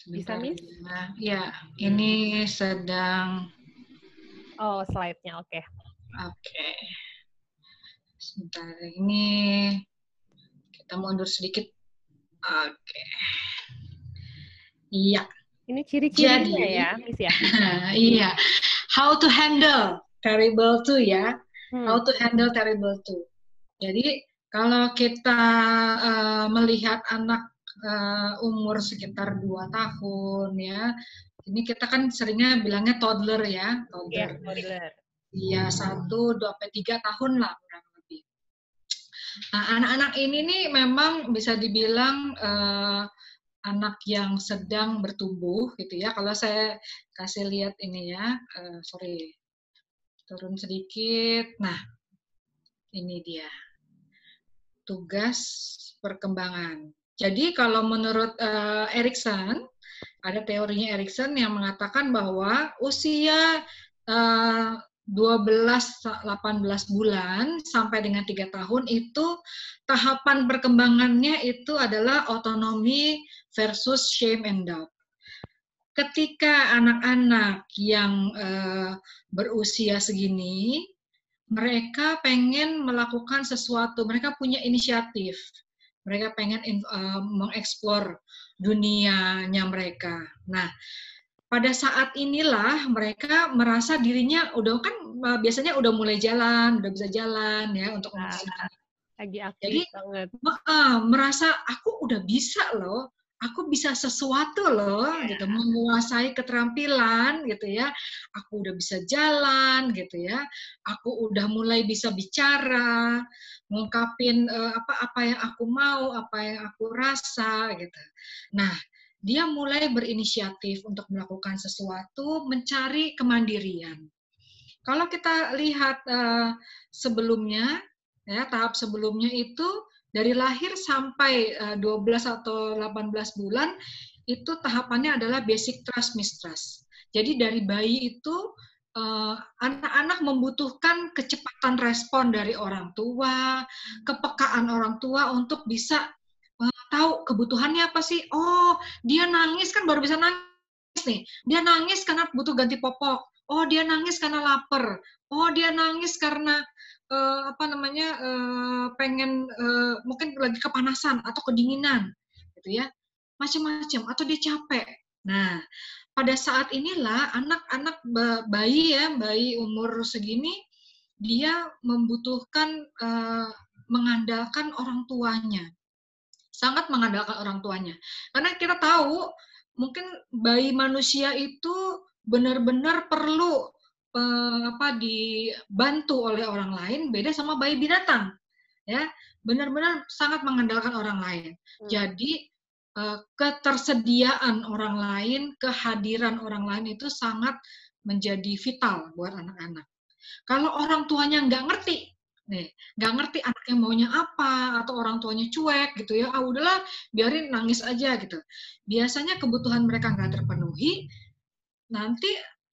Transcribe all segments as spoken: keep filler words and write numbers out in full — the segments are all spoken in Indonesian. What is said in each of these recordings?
Bisa, Sebentar Miss? ya. Ya, ini sedang. Oh, slide-nya, oke. Okay. Oke. Okay. Sebentar, ini kita mundur sedikit. Oke. Okay. Iya. Ini ciri-cirinya Jadi, ya, Miss ya? iya. How to handle terrible two ya. Hmm. How to handle terrible two. Jadi, kalau kita uh, melihat anak uh, umur sekitar dua tahun ya, ini kita kan seringnya bilangnya toddler ya, toddler. Iya, toddler. Iya, satu, dua, sampai tiga tahun lah kurang lebih. Nah, anak-anak ini nih memang bisa dibilang uh, anak yang sedang bertumbuh gitu ya. Kalau saya kasih lihat ini ya, uh, sorry, turun sedikit. Nah, ini dia tugas perkembangan. Jadi kalau menurut uh, Erikson, ada teorinya Erikson yang mengatakan bahwa usia uh, dua belas sampai delapan belas bulan sampai dengan tiga tahun itu tahapan perkembangannya itu adalah otonomi versus shame and doubt. Ketika anak-anak yang uh, berusia segini, mereka pengen melakukan sesuatu, mereka punya inisiatif, mereka pengen uh, mengeksplor dunianya mereka. Nah, pada saat inilah mereka merasa dirinya udah kan biasanya udah mulai jalan, udah bisa jalan ya untuk Nah, memutuskan. lagi aktif Jadi banget. Uh, merasa aku udah bisa loh, aku bisa sesuatu loh, yeah. gitu, menguasai keterampilan, gitu ya. Aku udah bisa jalan, gitu ya. Aku udah mulai bisa bicara, ngungkapin uh, apa-apa yang aku mau, apa yang aku rasa, gitu. Nah, dia mulai berinisiatif untuk melakukan sesuatu, mencari kemandirian. Kalau kita lihat uh, sebelumnya, ya tahap sebelumnya itu dari lahir sampai uh, dua belas atau delapan belas bulan itu tahapannya adalah basic trust mistrust. Jadi dari bayi itu uh, anak-anak membutuhkan kecepatan respon dari orang tua, kepekaan orang tua untuk bisa uh, tahu kebutuhannya apa sih. Oh, dia nangis kan baru bisa nangis nih. Dia nangis karena butuh ganti popok. Oh, dia nangis karena lapar. Oh, dia nangis karena uh, apa namanya uh, pengen uh, mungkin lagi kepanasan atau kedinginan, gitu ya, macam-macam. Atau dia capek. Nah, pada saat inilah anak-anak bayi ya, bayi umur segini, dia membutuhkan uh, mengandalkan orang tuanya, sangat mengandalkan orang tuanya. Karena kita tahu mungkin bayi manusia itu benar-benar perlu eh, apa dibantu oleh orang lain, beda sama bayi binatang, ya, benar-benar sangat mengandalkan orang lain. Hmm. Jadi eh, ketersediaan orang lain, kehadiran orang lain itu sangat menjadi vital buat anak-anak. Kalau orang tuanya nggak ngerti, nih, nggak ngerti anaknya maunya apa, atau orang tuanya cuek gitu ya, ah udahlah biarin nangis aja gitu. Biasanya kebutuhan mereka nggak terpenuhi, nanti,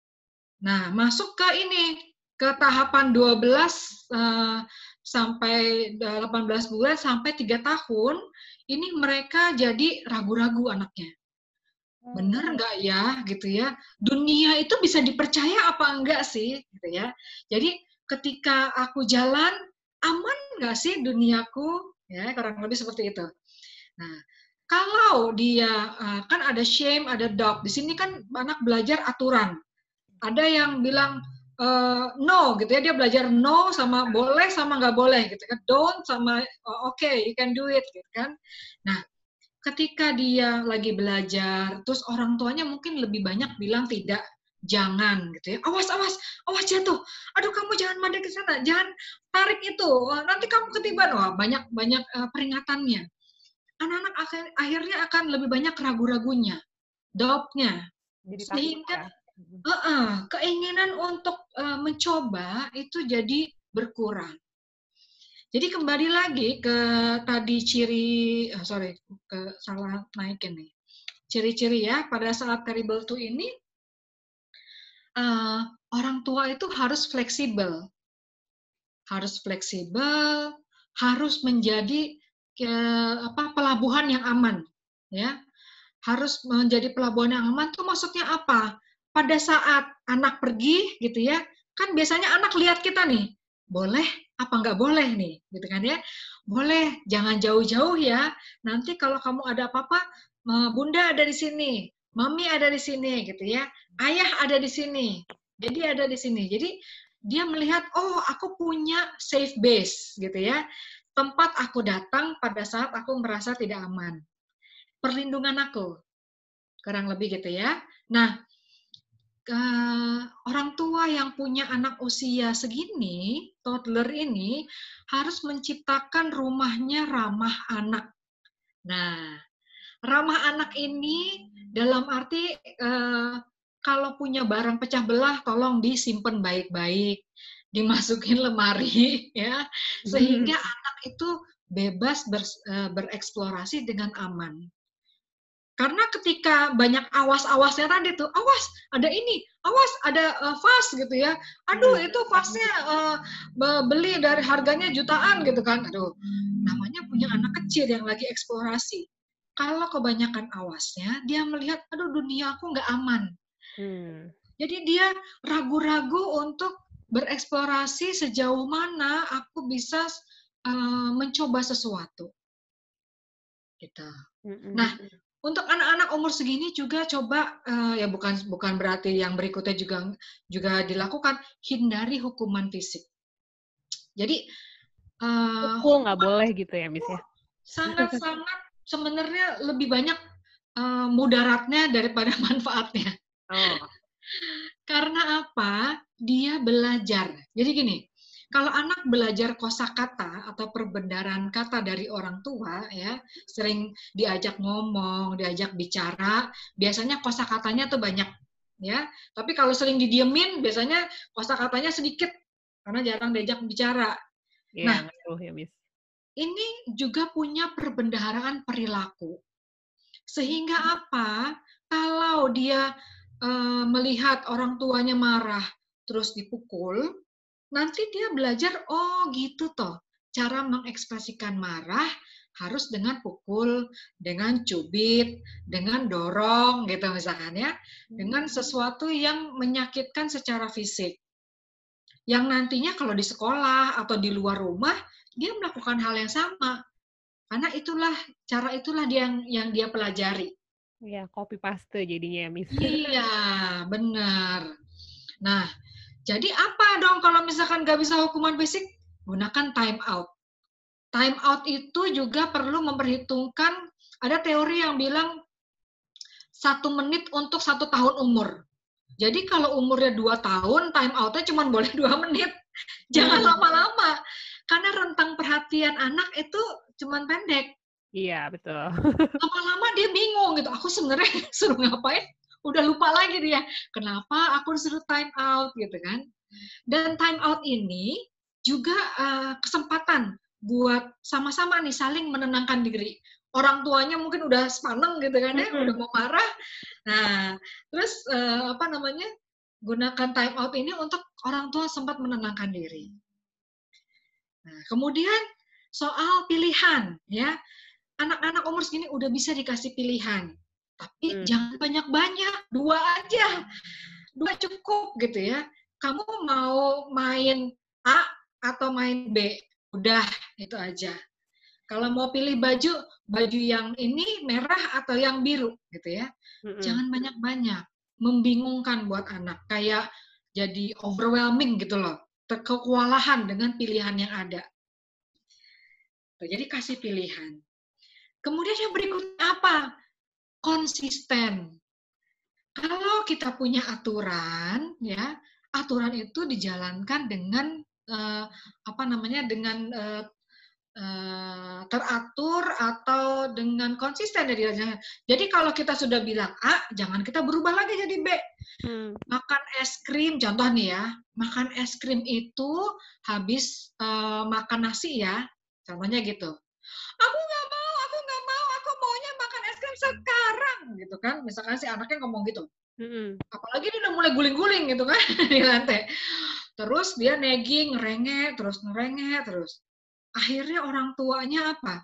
nah masuk ke ini, ke tahapan dua belas uh, sampai delapan belas bulan sampai tiga tahun, ini mereka jadi ragu-ragu anaknya. Bener nggak ya, gitu ya? Dunia itu bisa dipercaya apa enggak sih, gitu ya? Jadi ketika aku jalan, aman nggak sih duniaku? Ya, kurang lebih seperti itu. Nah, kalau dia kan ada shame, ada doubt. Di sini kan anak belajar aturan. Ada yang bilang uh, no, gitu ya. Dia belajar no sama boleh sama nggak boleh, gitu kan. Don't sama oh, oke, okay, you can do it, gitu kan. Nah, ketika dia lagi belajar, terus orang tuanya mungkin lebih banyak bilang tidak, jangan, gitu ya. Awas, awas, awas jatuh. Aduh, kamu jangan mandek ke sana, jangan tarik itu. Nanti kamu ketiban. Wah, banyak banyak uh, peringatannya. Anak-anak akhir, akhirnya akan lebih banyak ragu-ragunya, doubt-nya, sehingga ya? uh -uh, keinginan untuk uh, mencoba itu jadi berkurang. Jadi kembali lagi ke tadi ciri, oh sorry, ke salah naikin nih. Ciri-ciri ya, pada saat terrible two ini, uh, orang tua itu harus fleksibel. Harus fleksibel, harus menjadi ke, apa, pelabuhan yang aman. Ya. harus menjadi pelabuhan yang aman tuh maksudnya apa? Pada saat anak pergi gitu ya, kan biasanya anak lihat kita nih, boleh apa nggak boleh nih, gitu kan ya? Boleh, jangan jauh-jauh ya. Nanti kalau kamu ada apa-apa, Bunda ada di sini, Mami ada di sini, gitu ya. Ayah ada di sini, jadi ada di sini. Jadi dia melihat, oh aku punya safe base, gitu ya. Tempat aku datang pada saat aku merasa tidak aman. Perlindungan aku, kurang lebih gitu ya. Nah, Uh, orang tua yang punya anak usia segini, toddler ini, harus menciptakan rumahnya ramah anak. Nah, ramah anak ini dalam arti uh, kalau punya barang pecah belah, tolong disimpan baik-baik, dimasukin lemari, ya, sehingga anak itu bebas ber, uh, bereksplorasi dengan aman. Karena ketika banyak awas-awasnya tadi tuh, awas ada ini, awas ada uh, vas gitu ya, aduh itu vasnya uh, beli dari harganya jutaan gitu kan, aduh namanya punya anak kecil yang lagi eksplorasi. Kalau kebanyakan awasnya, dia melihat, aduh dunia aku nggak aman. Hmm. Jadi dia ragu-ragu untuk bereksplorasi sejauh mana aku bisa uh, mencoba sesuatu. Gitu. Nah, untuk anak-anak umur segini juga coba uh, ya bukan bukan berarti yang berikutnya juga juga dilakukan, hindari hukuman fisik. Jadi uh, pukul nggak boleh gitu ya, Miss ya. Sangat-sangat sebenarnya lebih banyak uh, mudaratnya daripada manfaatnya. Oh. Karena apa? Dia belajar. Jadi gini, kalau anak belajar kosakata atau perbendaharaan kata dari orang tua, ya, sering diajak ngomong, diajak bicara, biasanya kosakatanya tuh banyak, ya. Tapi kalau sering didiemin, biasanya kosakatanya sedikit karena jarang diajak bicara. Ya, nah, ngaruh ya, Miss. Ini juga punya perbendaharaan perilaku. Sehingga apa? Kalau dia uh, melihat orang tuanya marah, terus dipukul, nanti dia belajar, oh gitu toh, cara mengekspresikan marah harus dengan pukul, dengan cubit, dengan dorong gitu misalkan ya, dengan sesuatu yang menyakitkan secara fisik. Yang nantinya kalau di sekolah atau di luar rumah, dia melakukan hal yang sama. Karena itulah, cara itulah dia yang, yang dia pelajari. Ya, copy paste jadinya, Miss. Iya, benar. Nah, jadi apa dong kalau misalkan nggak bisa hukuman fisik? Gunakan time out. Time out itu juga perlu memperhitungkan, ada teori yang bilang satu menit untuk satu tahun umur. Jadi kalau umurnya dua tahun, time out-nya cuma boleh dua menit. Jangan lama-lama. Karena rentang perhatian anak itu cuma pendek. Iya, betul. Lama-lama dia bingung gitu. Aku sebenarnya suruh ngapain? Udah lupa lagi dia. Kenapa aku disuruh time out gitu kan? Dan time out ini juga uh, kesempatan buat sama-sama nih saling menenangkan diri. Orang tuanya mungkin udah sepaneng gitu kan ya, mm-hmm. udah mau marah. Nah, terus uh, apa namanya? Gunakan time out ini untuk orang tua sempat menenangkan diri. Nah, kemudian soal pilihan ya. Anak-anak umur segini udah bisa dikasih pilihan. Tapi hmm. jangan banyak-banyak, dua aja. Dua cukup gitu ya. Kamu mau main A atau main B, udah itu aja. Kalau mau pilih baju, baju yang ini merah atau yang biru gitu ya. Mm-hmm. Jangan banyak-banyak, membingungkan buat anak, kayak jadi overwhelming gitu loh, kewalahan dengan pilihan yang ada. Jadi kasih pilihan. Kemudian yang berikutnya apa? Konsisten. Kalau kita punya aturan, ya, aturan itu dijalankan dengan uh, apa namanya, dengan uh, uh, teratur atau dengan konsisten. Jadi kalau kita sudah bilang A, jangan kita berubah lagi jadi B. Hmm. Makan es krim, contoh nih ya, makan es krim itu habis uh, makan nasi ya, contohnya gitu. Aku nggak mau, aku nggak mau, aku maunya makan es krim sekarang, gitu kan? Misalkan si anaknya ngomong gitu. Mm-hmm. Apalagi dia udah mulai guling-guling gitu kan di lantai. Terus dia nagging, ngerengek, terus ngerengek, terus. Akhirnya orang tuanya apa?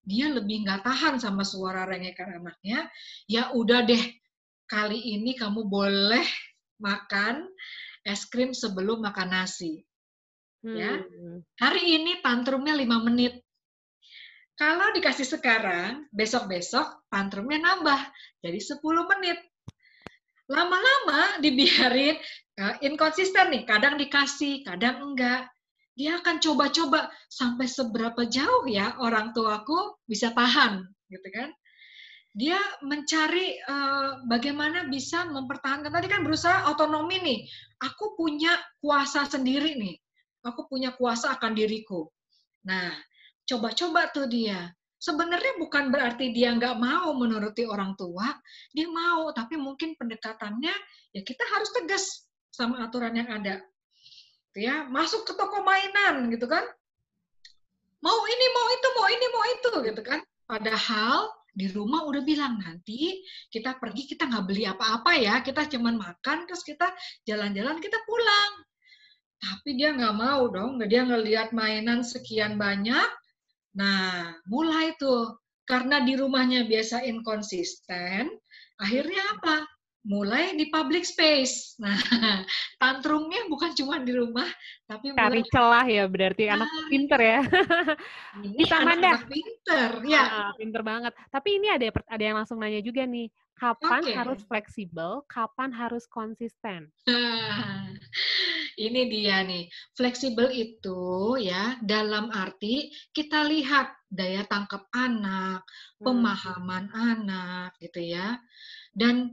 dia lebih nggak tahan sama suara rengekan anaknya, ya udah deh, kali ini kamu boleh makan es krim sebelum makan nasi. Ya, Hmm. hari ini tantrumnya lima menit. Kalau dikasih sekarang, besok-besok tantrumnya nambah jadi sepuluh menit. Lama-lama dibiarin uh, inkonsisten nih, kadang dikasih, kadang enggak. Dia akan coba-coba sampai seberapa jauh ya orang tuaku bisa tahan, gitu kan? Dia mencari uh, bagaimana bisa mempertahankan. Tadi kan berusaha otonomi nih. Aku punya kuasa sendiri nih. Aku punya kuasa akan diriku. Nah, coba-coba tuh dia. Sebenarnya bukan berarti dia nggak mau menuruti orang tua, dia mau, tapi mungkin pendekatannya ya kita harus tegas sama aturan yang ada. Ya, masuk ke toko mainan gitu kan, mau ini, mau itu, mau ini, mau itu gitu kan. Padahal di rumah udah bilang nanti kita pergi kita nggak beli apa-apa ya, kita cuman makan terus kita jalan-jalan kita pulang. Tapi dia nggak mau dong, dia ngelihat mainan sekian banyak. Nah, mulai tuh. Karena di rumahnya biasa inkonsisten, akhirnya apa? Mulai di public space. Nah, tantrumnya bukan cuma di rumah, tapi Cari mulai, celah ya, berarti anak ah, pinter ya. ini Bisa Manda. anak-anak pinter. Ya, Ah, pinter banget. Tapi ini ada ada yang langsung nanya juga nih, kapan oke. harus fleksibel, kapan harus konsisten? Nah, ini dia nih. Fleksibel itu ya dalam arti kita lihat daya tangkap anak, Hmm. pemahaman anak gitu ya. Dan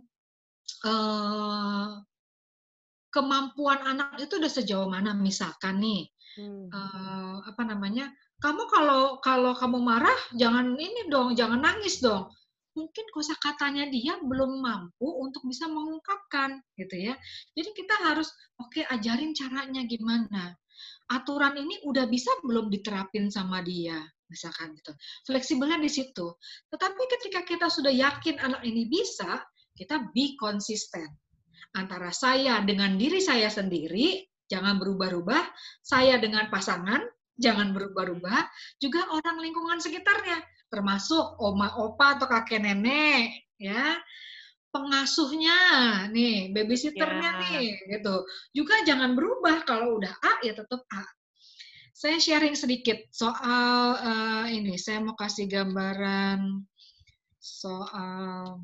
eh, kemampuan anak itu udah sejauh mana, misalkan nih, Hmm. eh, apa namanya, kamu kalau kalau kamu marah jangan ini dong, jangan nangis dong. Mungkin kosakatanya dia belum mampu untuk bisa mengungkapkan gitu ya. Jadi kita harus oke okay, ajarin caranya gimana. Aturan ini udah bisa belum diterapin sama dia, misalkan gitu. Fleksibelnya di situ. Tetapi ketika kita sudah yakin anak ini bisa, kita be konsisten antara saya dengan diri saya sendiri, jangan berubah-ubah, saya dengan pasangan, jangan berubah-ubah, juga orang lingkungan sekitarnya, termasuk oma opa atau kakek nenek, ya, pengasuhnya, nih, babysitternya Ya. nih, gitu. Juga jangan berubah, kalau udah A ya tetap A. Saya sharing sedikit soal uh, ini, saya mau kasih gambaran soal,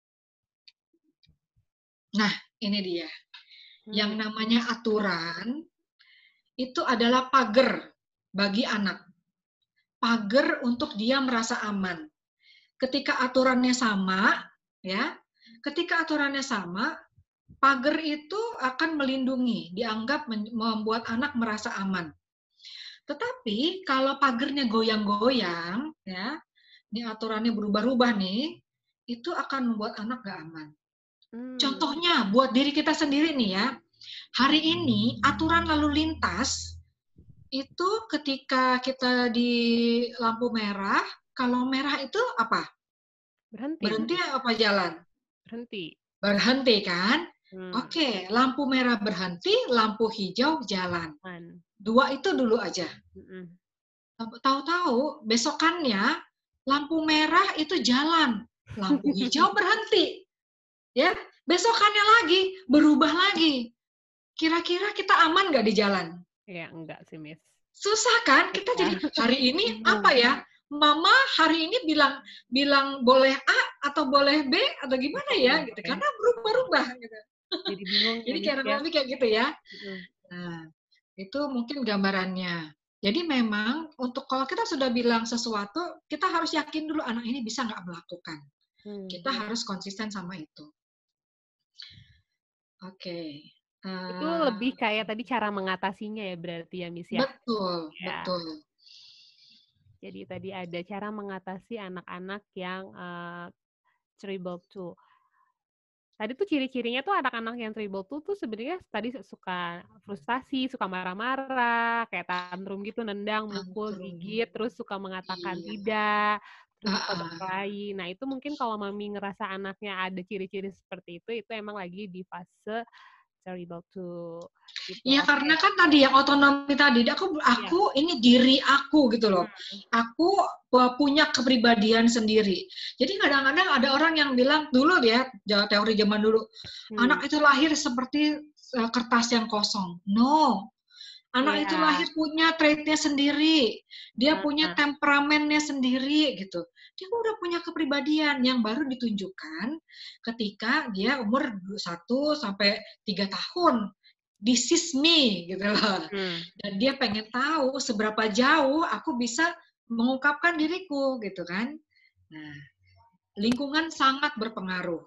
nah ini dia. Yang Hmm. namanya aturan itu adalah pagar bagi anak. Pagar untuk dia merasa aman. Ketika aturannya sama, ya, ketika aturannya sama, pagar itu akan melindungi, dianggap membuat anak merasa aman. Tetapi kalau pagarnya goyang-goyang, ya, ini aturannya berubah-ubah nih, itu akan membuat anak gak aman. Hmm. Contohnya buat diri kita sendiri nih ya, hari ini aturan lalu lintas itu ketika kita di lampu merah, kalau merah itu apa? Berhenti, Berhenti berhenti. apa jalan? Berhenti. Berhenti kan? Hmm. Oke, lampu merah berhenti, lampu hijau jalan. Man. Dua itu dulu aja. Mm-mm. Tahu-tahu besokannya lampu merah itu jalan, lampu hijau berhenti. Ya, besokannya lagi berubah lagi. Kira-kira kita aman nggak di jalan? Ya, enggak sih, Miss. Susah kan? Kita Susah. jadi hari ini apa Bingung. ya? Mama hari ini bilang bilang boleh A atau boleh B atau gimana Oh, ya iya, gitu. oke. Karena berubah-ubah gitu. Jadi bingung ya, Jadi Miss kurang ya. lebih kayak gitu ya. Mm. Nah, itu mungkin gambarannya. Jadi memang untuk kalau kita sudah bilang sesuatu, kita harus yakin dulu anak ini bisa nggak melakukan. Hmm. Kita harus konsisten sama itu. Oke. Okay. Itu Uh, lebih kayak tadi cara mengatasinya ya berarti ya, Miss ya. betul, Ya. betul. Jadi tadi ada cara mengatasi anak-anak yang uh, cerebral two. Tadi tuh ciri-cirinya tuh anak-anak yang cerebral two tuh sebenarnya tadi suka frustasi, suka marah-marah, kayak tantrum gitu, nendang, mukul, Tantrum. gigit, terus suka mengatakan Iya. tidak, terus suka Uh-uh. berkelahi. Nah, itu mungkin kalau mami ngerasa anaknya ada ciri-ciri seperti itu, itu emang lagi di fase terrible two gitu. Iya, Oke. karena kan tadi yang otonomi tadi, aku Iya. aku ini diri aku gitu loh. Hmm. Aku uh, punya kepribadian sendiri. Jadi kadang-kadang ada orang yang bilang dulu ya, ja- teori zaman dulu, Hmm. anak itu lahir seperti uh, kertas yang kosong. No. Anak itu Iya. lahir punya trait-nya sendiri. Dia punya Heeh. temperamennya sendiri gitu. Dia udah punya kepribadian yang baru ditunjukkan ketika dia umur satu sampai tiga tahun. This is me gitu loh. Hmm. Dan dia pengen tahu seberapa jauh aku bisa mengungkapkan diriku gitu kan. Nah, lingkungan sangat berpengaruh.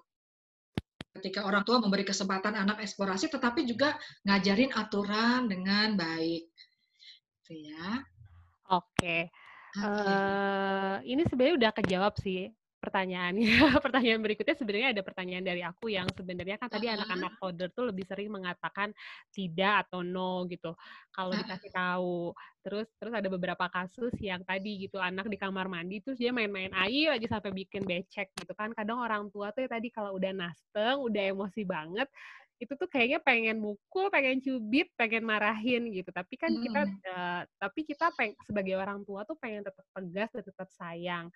Ketika orang tua memberi kesempatan anak eksplorasi, tetapi juga ngajarin aturan dengan baik. Gitu ya. Oke. Oke. Eh, ini sebenarnya udah kejawab sih pertanyaannya. Pertanyaan berikutnya sebenarnya ada pertanyaan dari aku yang sebenarnya kan tadi Uh-uh. anak-anak toddler tuh lebih sering mengatakan tidak atau no gitu kalau dikasih tahu. Terus terus ada beberapa kasus yang tadi gitu anak di kamar mandi terus dia main-main air aja sampai bikin becek gitu kan. Kadang orang tua tuh ya tadi kalau udah nasteng, udah emosi banget itu tuh kayaknya pengen mukul, pengen cubit, pengen marahin gitu. Tapi kan kita, Mm-mm. uh, tapi kita peng, sebagai orang tua tuh pengen tetap tegas dan tetap sayang.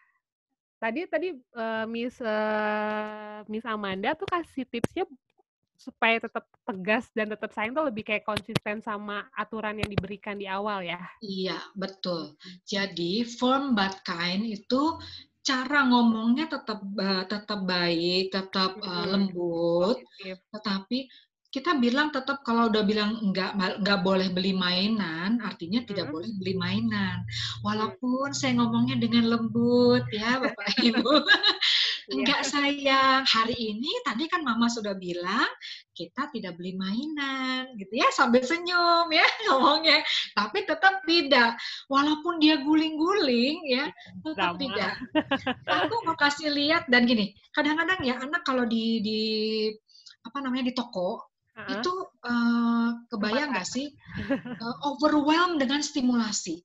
Tadi tadi uh, Miss uh, Miss Amanda tuh kasih tipsnya supaya tetap tegas dan tetap sayang tuh lebih kayak konsisten sama aturan yang diberikan di awal ya. Iya, betul. Jadi firm but kind itu cara ngomongnya tetap uh, tetap baik, tetap uh, Hmm, lembut, positif. tetapi kita bilang tetap kalau udah bilang enggak enggak boleh beli mainan, artinya tidak Hmm. boleh beli mainan. Hmm. Walaupun saya ngomongnya dengan lembut ya, Bapak Ibu. Iya. Enggak sayang, hari ini tadi kan mama sudah bilang kita tidak beli mainan gitu ya, sambil senyum ya ngomongnya, tapi tetap tidak. Walaupun dia guling-guling ya, tetap Drama. tidak. Aku mau kasih lihat dan gini, kadang-kadang ya anak kalau di di apa namanya di toko Uh-uh. itu uh, Tempat kebayang nggak ada. sih uh, overwhelmed dengan stimulasi.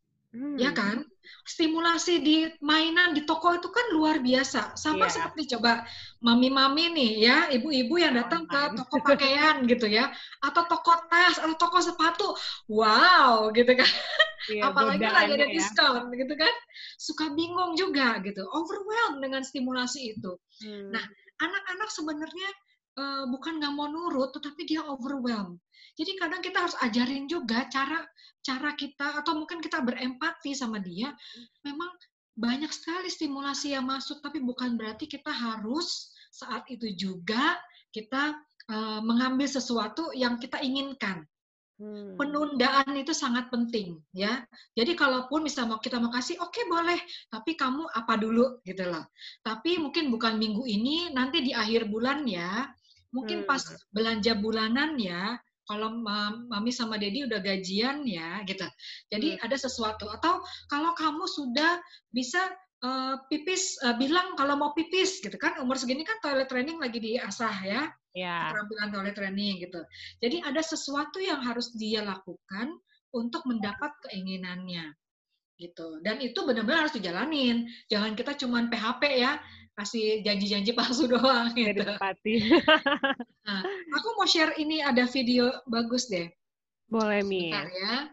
Ya Hmm. kan? Stimulasi di mainan di toko itu kan luar biasa. Sama Iya. seperti coba mami-mami nih ya, ibu-ibu yang datang ke Online. toko pakaian gitu ya, atau toko tas, atau toko sepatu. Wow, gitu kan. Iya, Apalagi lagi godaannya ada ya. diskon gitu kan. Suka bingung juga gitu. Overwhelmed dengan stimulasi itu. Nah, Hmm. anak-anak sebenarnya uh, bukan nggak mau nurut, tetapi dia overwhelmed. Jadi kadang kita harus ajarin juga cara cara kita atau mungkin kita berempati sama dia. Memang banyak sekali stimulasi yang masuk, tapi bukan berarti kita harus saat itu juga kita uh, mengambil sesuatu yang kita inginkan. Hmm. Penundaan itu sangat penting ya. Jadi kalaupun misalnya mau kita mau kasih, oke okay, boleh, tapi kamu apa dulu gitu loh. Tapi mungkin bukan minggu ini, nanti di akhir bulan ya. Mungkin pas Hmm. belanja bulanan ya, kalau mami sama dedi udah gajian ya gitu. Jadi Hmm. ada sesuatu atau kalau kamu sudah bisa uh, pipis uh, bilang kalau mau pipis gitu kan, umur segini kan toilet training lagi diasah ya. Ya. Keterampilan toilet training gitu. Jadi ada sesuatu yang harus dia lakukan untuk mendapat keinginannya gitu. Dan itu benar-benar harus dijalanin. Jangan kita cuman P H P ya, kasih janji-janji palsu doang Nggak gitu. ditepati. Nah, aku mau share ini ada video bagus deh. Boleh, Sebentar Miss. ya.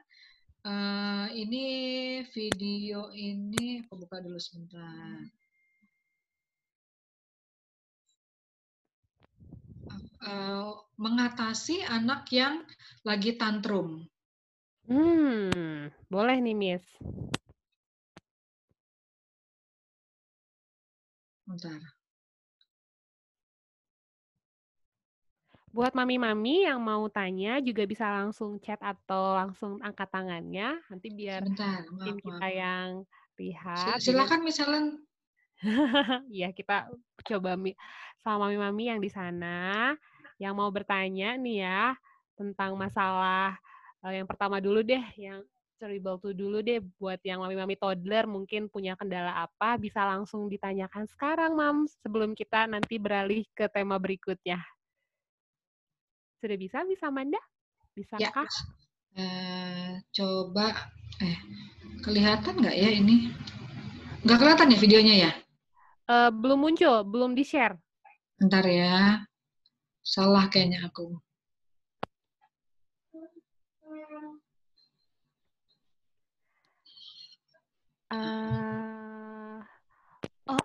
Uh, ini video ini aku buka dulu sebentar. Uh, mengatasi anak yang lagi tantrum. Hmm, boleh nih, Miss. Bentar. Buat mami-mami yang mau tanya juga bisa langsung chat atau langsung angkat tangannya. Nanti biar Sebentar, tim maaf, maaf. kita yang lihat. Jadi Silakan misalnya. ya kita coba sama mami-mami yang di sana yang mau bertanya nih ya tentang masalah uh, yang pertama dulu deh, yang cerebral two dulu deh buat yang mami-mami toddler mungkin punya kendala apa bisa langsung ditanyakan sekarang, Mams, sebelum kita nanti beralih ke tema berikutnya. Sudah bisa, bisa Amanda? Ya, Bisakah? uh, coba, eh, kelihatan nggak ya ini? Nggak kelihatan ya videonya ya? Uh, belum muncul, belum di-share. Bentar ya, salah kayaknya aku.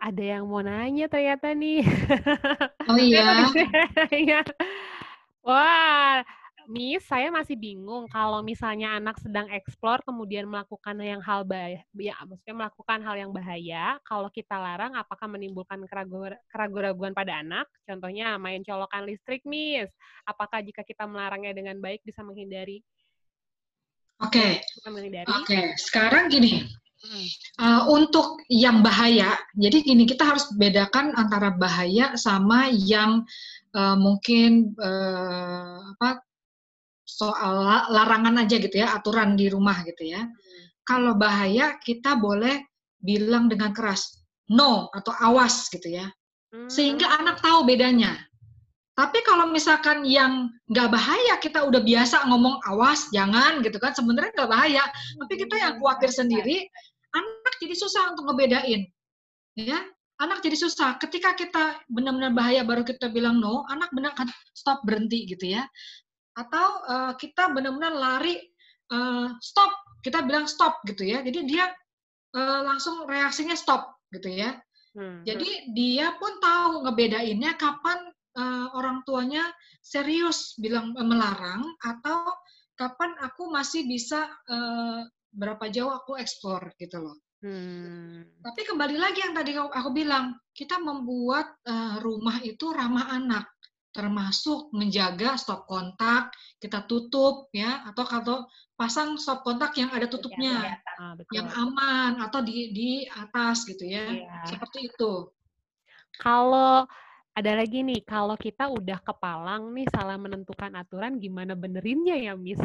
ada yang mau nanya ternyata nih. Oh iya. Iya. Wah, Miss, saya masih bingung kalau misalnya anak sedang eksplor kemudian melakukan yang hal bahaya, ya maksudnya melakukan hal yang bahaya, kalau kita larang apakah menimbulkan keraguan keraguan pada anak? Contohnya main colokan listrik, Miss. Apakah jika kita melarangnya dengan baik bisa menghindari? Oke. Bisa menghindari? Oke, sekarang gini. Hmm. Uh, untuk yang bahaya, jadi gini, kita harus bedakan antara bahaya sama yang uh, mungkin uh, apa soal larangan aja gitu ya, aturan di rumah gitu ya. Hmm. Kalau bahaya kita boleh bilang dengan keras, no atau awas gitu ya, sehingga hmm. anak tahu bedanya. Tapi kalau misalkan yang nggak bahaya, kita udah biasa ngomong awas, jangan gitu kan, sebenarnya nggak bahaya. Tapi kita yang khawatir sendiri, anak jadi susah untuk ngebedain. Ya, anak jadi susah. Ketika kita benar-benar bahaya baru kita bilang no, anak benar kan stop, berhenti gitu ya. Atau uh, kita benar-benar lari, uh, stop, kita bilang stop gitu ya. Jadi dia uh, langsung reaksinya stop gitu ya. Hmm. Jadi dia pun tahu ngebedainnya kapan uh, orang tuanya serius bilang uh, melarang atau kapan aku masih bisa uh, berapa jauh aku eksplor gitu loh. Hmm. Tapi kembali lagi yang tadi aku bilang, kita membuat uh, rumah itu ramah anak, termasuk menjaga stop kontak, kita tutup ya, atau kalau pasang stop kontak yang ada tutupnya, ya, ah, yang aman atau di di atas gitu ya, ya. Seperti itu. Kalau ada lagi nih, kalau kita udah kepalang nih salah menentukan aturan, gimana benerinnya ya, Miss?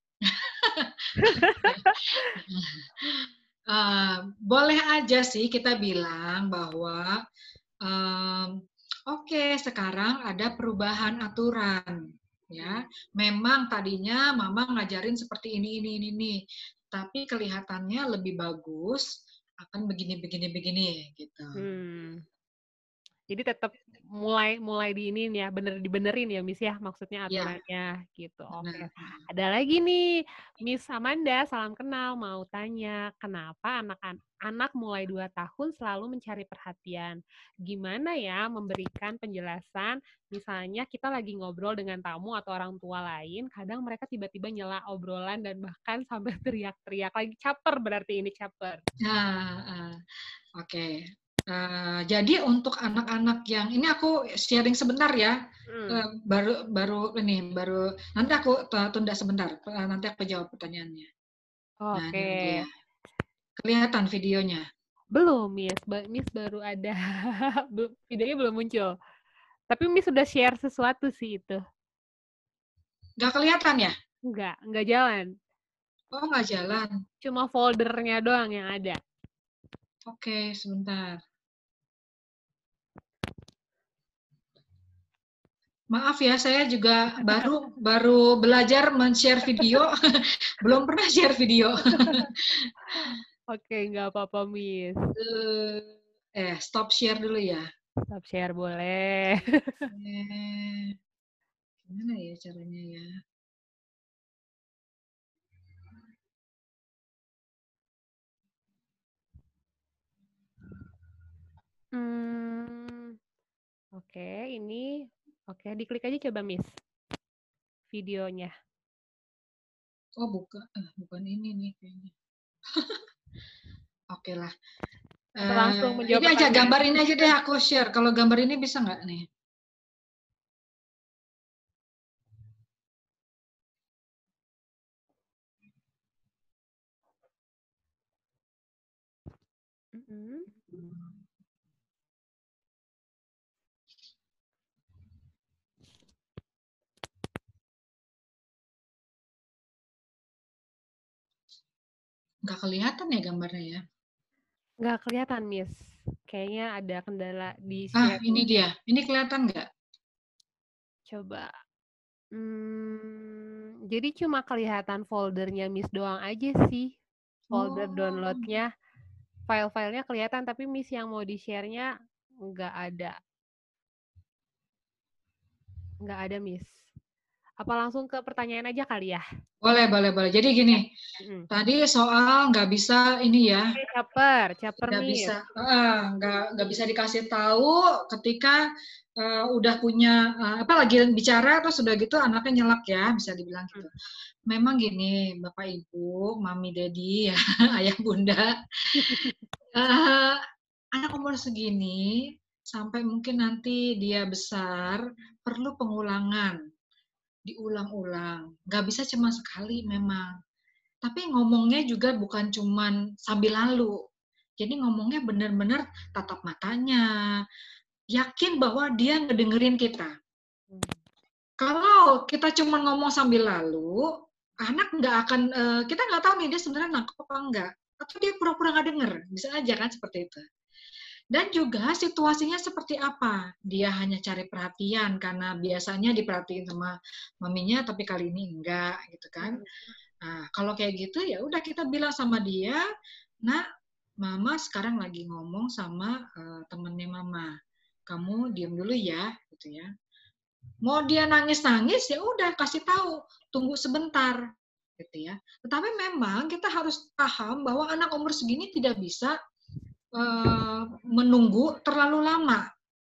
uh, boleh aja sih kita bilang bahwa um, oke, okay, sekarang ada perubahan aturan. Ya, memang tadinya mama ngajarin seperti ini, ini, ini, ini. Tapi kelihatannya lebih bagus akan begini, begini, begini, gitu. Hmm. Jadi tetap mulai mulai di ini ya, bener dibenerin ya, Miss ya, maksudnya aturannya ya, gitu. Oke. Okay. Ada lagi nih, Miss Amanda, salam kenal, mau tanya, kenapa anak-anak mulai dua tahun selalu mencari perhatian? Gimana ya memberikan penjelasan, misalnya kita lagi ngobrol dengan tamu atau orang tua lain, kadang mereka tiba-tiba nyela obrolan dan bahkan sampai teriak-teriak, lagi caper berarti ini caper. Nah, uh, oke. Okay. Uh, jadi untuk anak-anak yang ini aku sharing sebentar ya, hmm. uh, baru baru ini baru nanti aku tunda sebentar, nanti aku jawab pertanyaannya. Oke. Okay. Nah, kelihatan videonya? Belum, Miss. Miss baru ada, videonya belum muncul. Tapi Miss sudah share sesuatu sih itu. Nggak kelihatan ya? Nggak, nggak jalan. Oh, nggak jalan. Cuma foldernya doang yang ada. Oke, sebentar. Maaf ya, saya juga baru baru belajar men-share video, belum pernah share video. Oke, nggak apa-apa, Miss. Eh, stop share dulu ya. Stop share boleh. Eh, gimana ya caranya ya? Hmm, oke, okay, ini oke, okay, diklik aja coba, Miss. Videonya. Oh, bukan, eh, bukan ini nih kayaknya. Oke okay lah. Langsung uh, ini aja gambar ini aja deh aku share. Kalau gambar ini bisa nggak nih? Mm-hmm. Nggak kelihatan ya gambarnya ya? Nggak kelihatan, Miss. Kayaknya ada kendala di share. Ah, ini ini. dia. Ini kelihatan nggak? Coba. Hmm, jadi cuma kelihatan foldernya Miss doang aja sih. Folder oh. downloadnya. File-filenya kelihatan, tapi Miss yang mau di-share-nya nggak ada. Nggak ada, Miss. Apa langsung ke pertanyaan aja kali ya? Boleh boleh boleh. Jadi gini, Ya. Mhm. tadi soal nggak bisa ini ya, Oke, caper, caper nggak Miss. bisa heeh, nggak nggak bisa dikasih tahu ketika, eee, udah punya, eee, apa, lagi bicara terus udah gitu anaknya nyelak ya, bisa dibilang Mhm. gitu. Memang gini, Bapak Ibu, Mami Daddy ya, Ayah Bunda, eee, anak umur segini, sampai mungkin nanti dia besar, perlu pengulangan, diulang-ulang, nggak bisa cuma sekali memang. Tapi ngomongnya juga bukan cuman sambil lalu. Jadi ngomongnya benar-benar tatap matanya, yakin bahwa dia ngedengerin kita. Mmm. Kalau kita cuma ngomong sambil lalu, anak nggak akan, eee, kita nggak tahu nih dia sebenarnya nangkep apa enggak, atau dia pura-pura nggak denger, bisa aja kan seperti itu. Dan juga situasinya seperti apa, dia hanya cari perhatian karena biasanya diperhatiin sama maminya, tapi kali ini enggak, gitu kan. Mhm. Nah, kalau kayak gitu ya udah kita bilang sama dia, "Nak, mama sekarang lagi ngomong sama, eee, temennya mama. Kamu diem dulu ya," gitu ya. Mau dia nangis-nangis, ya udah kasih tahu, tunggu sebentar, gitu ya. Tetapi memang kita harus paham bahwa anak umur segini tidak bisa, eee, menunggu terlalu lama.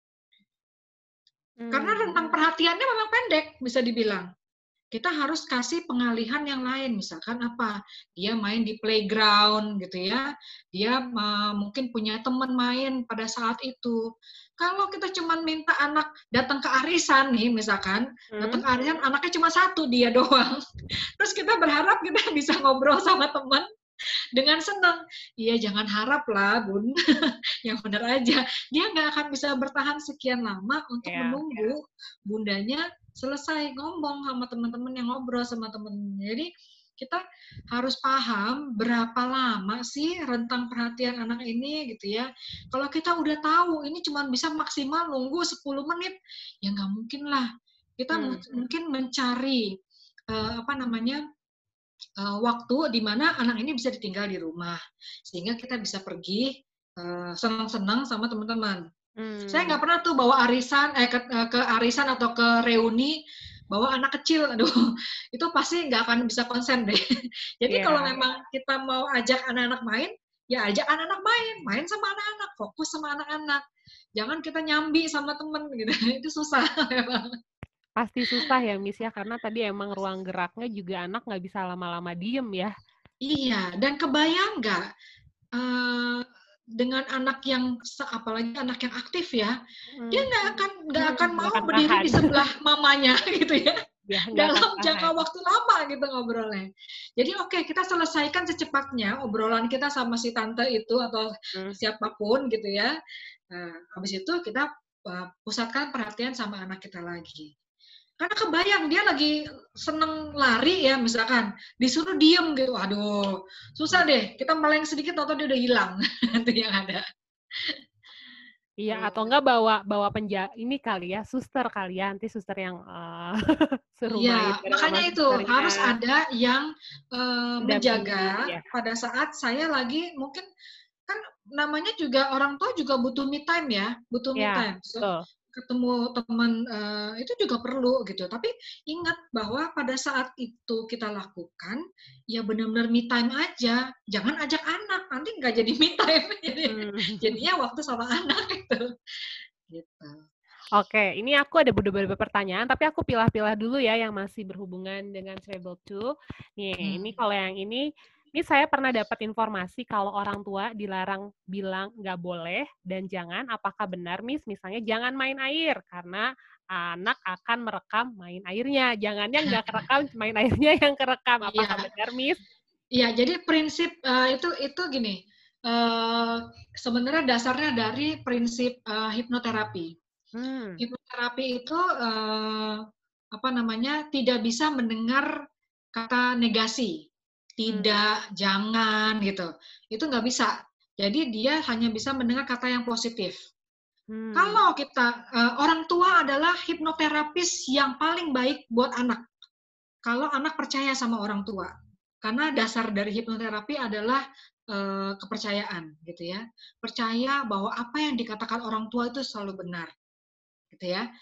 Karena Mmm. rentang perhatiannya memang pendek, bisa dibilang. Kita harus kasih pengalihan yang lain, misalkan apa, dia main di playground gitu ya, dia uh, mungkin punya teman main pada saat itu. Kalau kita cuma minta anak datang ke arisan nih, misalkan, datang Mhm. ke arisan anaknya cuma satu, dia doang. Terus kita berharap kita bisa ngobrol sama teman dengan senang. Iya, jangan harap lah, Bun. Yang benar aja. Dia nggak akan bisa bertahan sekian lama untuk Iya. menunggu bundanya selesai ngomong sama teman-teman yang ngobrol sama temennya. Jadi kita harus paham berapa lama sih rentang perhatian anak ini gitu ya. Kalau kita udah tahu ini cuma bisa maksimal nunggu sepuluh menit, ya nggak mungkin lah. Kita Mmm. mungkin mencari uh, apa namanya uh, waktu di mana anak ini bisa ditinggal di rumah sehingga kita bisa pergi uh, senang-senang sama teman-teman. Saya Mmm. nggak pernah tuh bawa arisan, eh ke, ke arisan atau ke reuni bawa anak kecil, aduh itu pasti nggak akan bisa konsen deh. Jadi kalau Iya. memang kita mau ajak anak-anak main, ya ajak anak-anak main, main sama anak-anak, fokus sama anak-anak. Jangan kita nyambi sama temen gitu, itu susah memang. Pasti susah ya, Miss, ya, karena tadi emang ruang geraknya juga anak nggak bisa lama-lama diem ya. Iya, dan kebayang nggak uh, dengan anak yang apalagi anak yang aktif ya, dia Mhm. nggak akan nggak Mhm, akan nggak mau akan berdiri tahan. di sebelah mamanya gitu ya Iya, nggak akan dalam jangka tahan. waktu lama gitu ngobrolnya. Jadi oke okay, kita selesaikan secepatnya obrolan kita sama si tante itu atau Mmm. siapapun gitu ya. Nah, habis itu kita uh, pusatkan perhatian sama anak kita lagi. Karena kebayang dia lagi seneng lari ya misalkan, disuruh diem gitu, aduh susah deh, kita meleng sedikit atau dia udah hilang, itu yang ada. Iya, atau Gitu. enggak bawa bawa penja ini kali ya, suster kali ya, nanti suster yang, eee, suruh main Iya, bareng sama makanya itu susternya, harus ada yang uh, mendampingi, menjaga ya. pada saat saya lagi mungkin kan namanya juga orang tua juga butuh me time ya, butuh me Iya, time. So, betul. ketemu teman uh, itu juga perlu gitu. Tapi ingat bahwa pada saat itu kita lakukan ya benar-benar me time aja. Jangan ajak anak, nanti nggak jadi me time. Jadi Mmm. jadinya waktu sama anak itu. Gitu. Oke, ini aku ada beberapa pertanyaan, tapi aku pilah-pilah dulu ya yang masih berhubungan dengan Treble Two. Nih, ini Hmm. kalau yang ini, ini saya pernah dapat informasi kalau orang tua dilarang bilang nggak boleh dan jangan, apakah benar, Miss? Misalnya jangan main air, karena anak akan merekam main airnya. Jangannya nggak kerekam, main airnya yang kerekam. Apakah Iya, benar, Miss? iya. Jadi prinsip uh, itu itu gini. Uh, sebenarnya dasarnya dari prinsip uh, hipnoterapi. Hmm. Hipnoterapi itu uh, apa namanya tidak bisa mendengar kata negasi, Hmm. tidak, jangan gitu. Itu nggak bisa. Jadi dia hanya bisa mendengar kata yang positif. Hmm. Kalau kita uh, orang tua adalah hipnoterapis yang paling baik buat anak. Kalau anak percaya sama orang tua, karena dasar dari hipnoterapi adalah uh, kepercayaan, gitu ya. Percaya bahwa apa yang dikatakan orang tua itu selalu benar, gitu ya.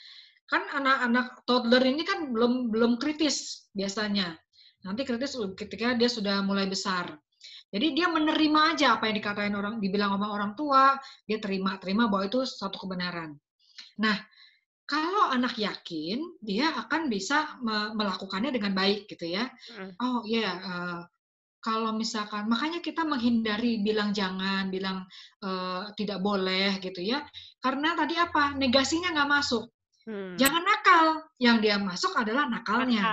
Kan anak-anak toddler ini kan belum belum kritis biasanya. Nanti kritis ketika dia sudah mulai besar. Jadi dia menerima aja apa yang dikatain orang, dibilang sama orang tua, dia terima, terima bahwa itu satu kebenaran. Nah, kalau anak yakin, dia akan bisa melakukannya dengan baik gitu ya. Mm. Oh iya, yeah, uh, kalau misalkan, makanya kita menghindari bilang jangan, bilang uh, tidak boleh gitu ya. Karena tadi apa? Negasinya nggak masuk. Hmm. Jangan nakal, yang dia masuk adalah nakalnya.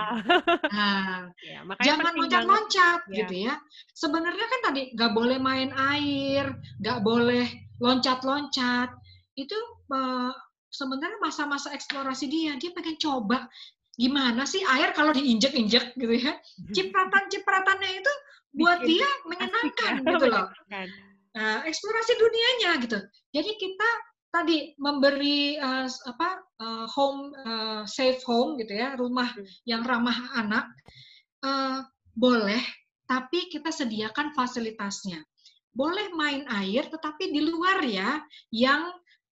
Nah, ya, makanya jangan loncat-loncat ya. gitu ya. Sebenarnya kan tadi nggak boleh main air, nggak boleh loncat-loncat. Itu uh, sebenarnya masa-masa eksplorasi dia. Dia pengen coba gimana sih air kalau diinjek-injek gitu ya. Cipratan-cipratannya itu buat Bikin dia menyenangkan ya, gitu loh. Nah, eksplorasi dunianya gitu. Jadi kita tadi memberi uh, apa uh, home uh, safe home gitu ya, rumah yang ramah anak uh, boleh, tapi kita sediakan fasilitasnya. Boleh main air, tetapi di luar ya, yang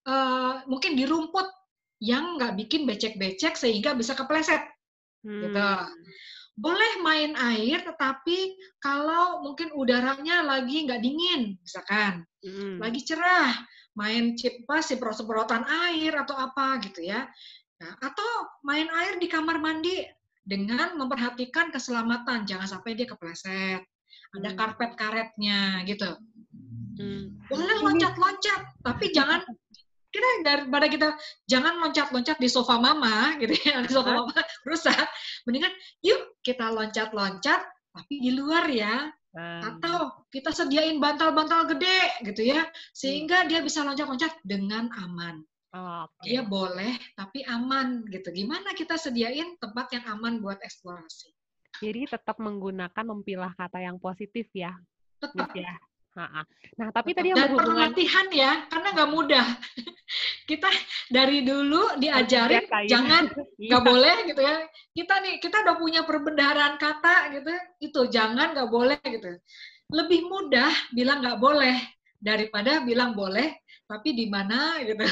uh, mungkin di rumput yang nggak bikin becek-becek sehingga bisa kepleset, hmm. gitu. Boleh main air, tetapi kalau mungkin udaranya lagi nggak dingin, misalkan, hmm. lagi cerah, main cipas, semprot-semprotan air atau apa gitu ya. Nah, atau main air di kamar mandi dengan memperhatikan keselamatan, jangan sampai dia kepleset. Ada karpet karetnya gitu. Hmm. Boleh loncat-loncat, tapi jangan kita daripada kita jangan loncat-loncat di sofa mama gitu ya, di sofa mama rusak. Mendingan yuk kita loncat-loncat tapi di luar ya. Hmm. Atau kita sediain bantal-bantal gede gitu ya, sehingga dia bisa loncat-loncat dengan aman. Oh, okay. Dia boleh tapi aman gitu. Gimana kita sediain tempat yang aman buat eksplorasi? Jadi tetap menggunakan memilah kata yang positif ya. Tetap ya. Nah, tapi tetap. tadi yang Dan berhubungan... perlu latihan ya, karena nggak mudah. Kita dari dulu diajarin jangan, nggak boleh gitu ya. Kita nih, kita udah punya perbendaharaan kata gitu, itu jangan, nggak boleh gitu. Lebih mudah bilang nggak boleh daripada bilang boleh, tapi di mana gitu.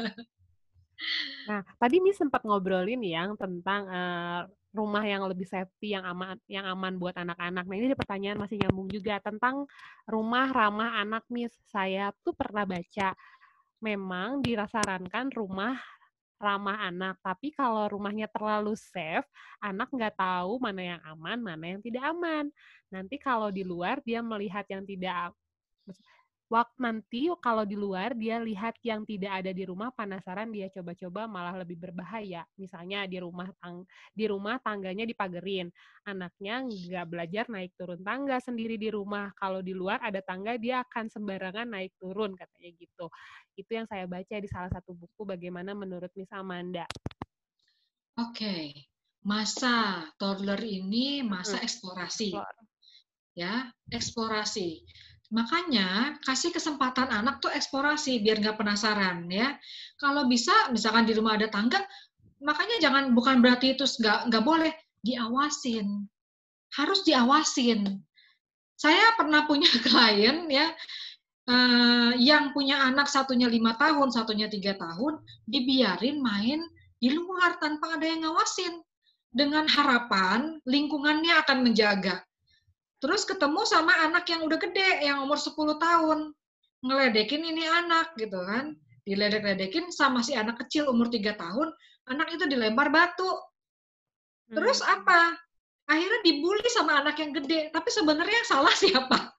Nah, tadi Miss sempat ngobrolin yang tentang uh, rumah yang lebih safety, yang aman, yang aman buat anak-anak. Nah, ini ada pertanyaan masih nyambung juga tentang rumah ramah anak, Miss. Saya tuh pernah baca, memang dirasarankan rumah ramah anak, tapi kalau rumahnya terlalu safe, anak nggak tahu mana yang aman, mana yang tidak aman. Nanti kalau di luar dia melihat yang tidak Waktu nanti kalau di luar dia lihat yang tidak ada di rumah, penasaran, dia coba-coba malah lebih berbahaya. Misalnya di rumah tang di rumah tangganya dipagerin, anaknya nggak belajar naik turun tangga sendiri di rumah. Kalau di luar ada tangga dia akan sembarangan naik turun, katanya gitu. Itu yang saya baca di salah satu buku. Bagaimana menurut Miss Amanda? Oke, okay. Masa toddler ini masa eksplorasi, ya eksplorasi. Makanya kasih kesempatan anak tuh eksplorasi biar nggak penasaran ya. Kalau bisa, misalkan di rumah ada tangga, makanya jangan, bukan berarti itu nggak nggak boleh, diawasin, harus diawasin. Saya pernah punya klien ya, eh, yang punya anak satunya lima tahun, satunya tiga tahun, dibiarin main di luar tanpa ada yang ngawasin, dengan harapan lingkungannya akan menjaga. Terus ketemu sama anak yang udah gede, yang umur sepuluh tahun. Ngeledekin ini anak gitu kan. Diledek-ledekin sama si anak kecil umur tiga tahun, anak itu dilempar batu. Terus apa? Akhirnya dibully sama anak yang gede. Tapi sebenarnya yang salah siapa?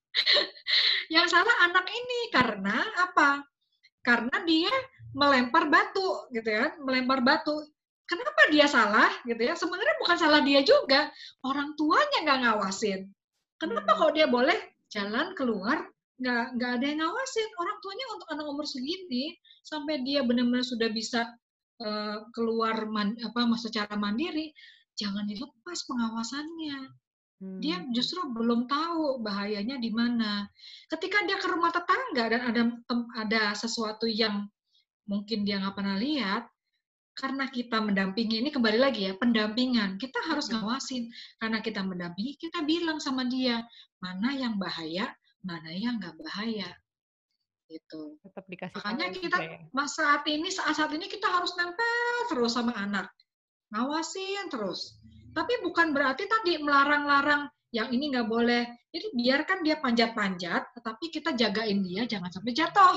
Yang salah anak ini. Karena apa? Karena dia melempar batu gitu ya, melempar batu. Kenapa dia salah gitu ya? Sebenarnya bukan salah dia juga, orang tuanya nggak ngawasin. Kenapa kok dia boleh jalan keluar nggak nggak ada yang ngawasin? Orang tuanya untuk anak umur segini sampai dia benar-benar sudah bisa uh, keluar man, apa secara mandiri, jangan dilepas pengawasannya. Dia justru belum tahu bahayanya di mana. Ketika dia ke rumah tetangga dan ada ada sesuatu yang mungkin dia nggak pernah lihat, karena kita mendampingi, ini kembali lagi ya, pendampingan. Kita harus ngawasin. Karena kita mendampingi, kita bilang sama dia, mana yang bahaya, mana yang nggak bahaya. gitu. Tetap dikasih tahu Makanya kita juga ya. mas saat ini saat-saat ini kita harus nempel terus sama anak, ngawasin terus. Tapi bukan berarti tadi melarang-larang yang ini nggak boleh. Jadi biarkan dia panjat-panjat, tetapi kita jagain dia jangan sampai jatuh.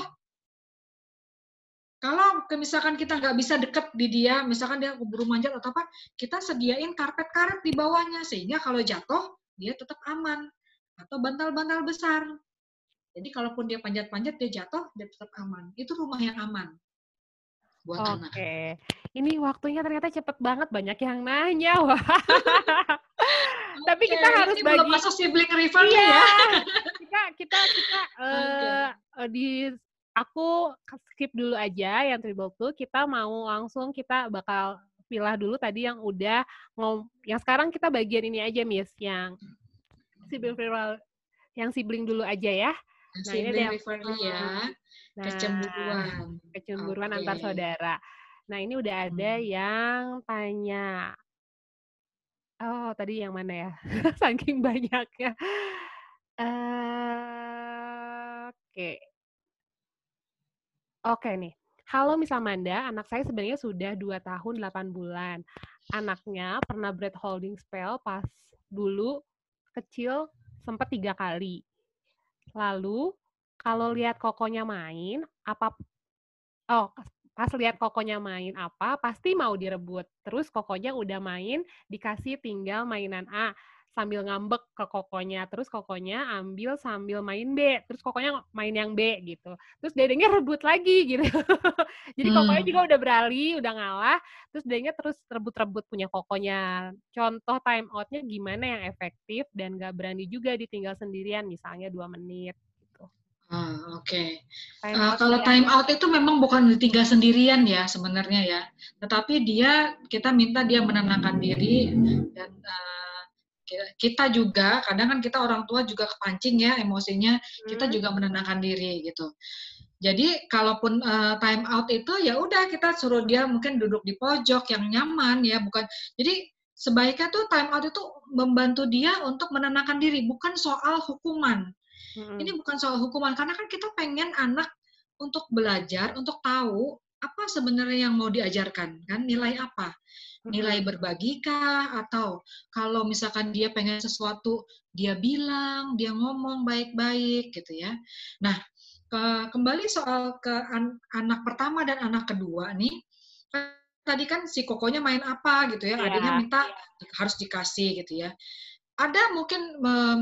Kalau misalkan kita nggak bisa deket di dia, misalkan dia keburu manjat atau apa, kita sediain karpet-karet di bawahnya sehingga kalau jatuh dia tetap aman atau bantal-bantal besar. Jadi kalaupun dia panjat-panjat dia jatuh dia tetap aman. Itu rumah yang aman buat anak. Oke, ini waktunya ternyata cepet banget, banyak yang nanya. Wah. Tapi Oke, kita harus ini belum bagi. masuk sibling rivalry Iya, ya. kita kita kita Oke. eh eh, di aku skip dulu aja yang Tribble Two. Kita mau langsung kita bakal pilah dulu tadi yang udah ngom yang sekarang kita bagian ini aja, Miss, yang sibling rival, yang sibling dulu aja ya. Nah, ini ada Sibling yang rivalry ya. hmm, nah, Kecemburuan. kecemburuan Oke. antar saudara. Nah, ini udah ada Hmm. yang tanya. Oh, tadi yang mana ya? Saking banyaknya. Uh, Oke. Oke nih. Halo Miss Amanda, anak saya sebenarnya sudah dua tahun delapan bulan. Anaknya pernah bread holding spell pas dulu kecil sempat tiga kali. Lalu kalau lihat kokonya main, apa oh pas lihat kokonya main apa, pasti mau direbut. Terus kokonya udah main, dikasih tinggal mainan A, sambil ngambek ke kokonya. Terus kokonya ambil sambil main B. Terus kokonya main yang B gitu. Terus dedengnya rebut lagi gitu. Jadi kokonya Hmm. juga udah beralih, udah ngalah. Terus dedengnya terus rebut-rebut punya kokonya. Contoh time out-nya gimana yang efektif dan gak berani juga ditinggal sendirian, misalnya dua menit. Ah, oke. Okay. Time Uh, out kalau dia. time out itu memang bukan ditinggal sendirian ya sebenarnya ya. Tetapi dia kita minta dia menenangkan diri dan uh, kita juga kadang kan kita orang tua juga kepancing ya emosinya, kita Hmm. juga menenangkan diri gitu. Jadi kalaupun uh, time out itu ya udah kita suruh dia mungkin duduk di pojok yang nyaman ya, bukan. Jadi sebaiknya tuh time out itu membantu dia untuk menenangkan diri, bukan soal hukuman. Hmm. Ini bukan soal hukuman, karena kan kita pengen anak untuk belajar, untuk tahu apa sebenarnya yang mau diajarkan, kan nilai apa? Nilai berbagi kah? Atau kalau misalkan dia pengen sesuatu, dia bilang, dia ngomong baik-baik gitu ya. Nah, ke, kembali soal ke an, anak pertama dan anak kedua nih, tadi kan si kokonya main apa gitu ya, adiknya Ya. minta harus dikasih gitu ya. Ada mungkin um,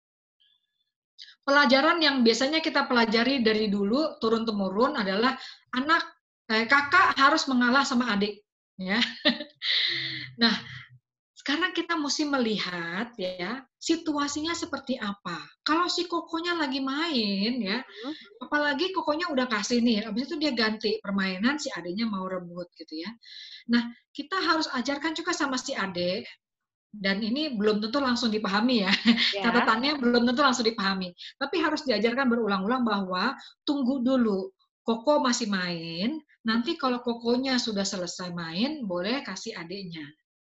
pelajaran yang biasanya kita pelajari dari dulu turun temurun adalah anak eh, kakak harus mengalah sama adik ya. Nah, sekarang kita mesti melihat ya situasinya seperti apa. Kalau si kokonya lagi main ya, Hmm. apalagi kokonya udah kasih nih, habis itu dia ganti permainan, si adiknya mau rebut gitu ya. Nah, kita harus ajarkan juga sama si adik. Dan ini belum tentu langsung dipahami ya, Ya. catatannya belum tentu langsung dipahami. Tapi harus diajarkan berulang-ulang bahwa tunggu dulu, koko masih main, nanti kalau kokonya sudah selesai main, boleh kasih adiknya.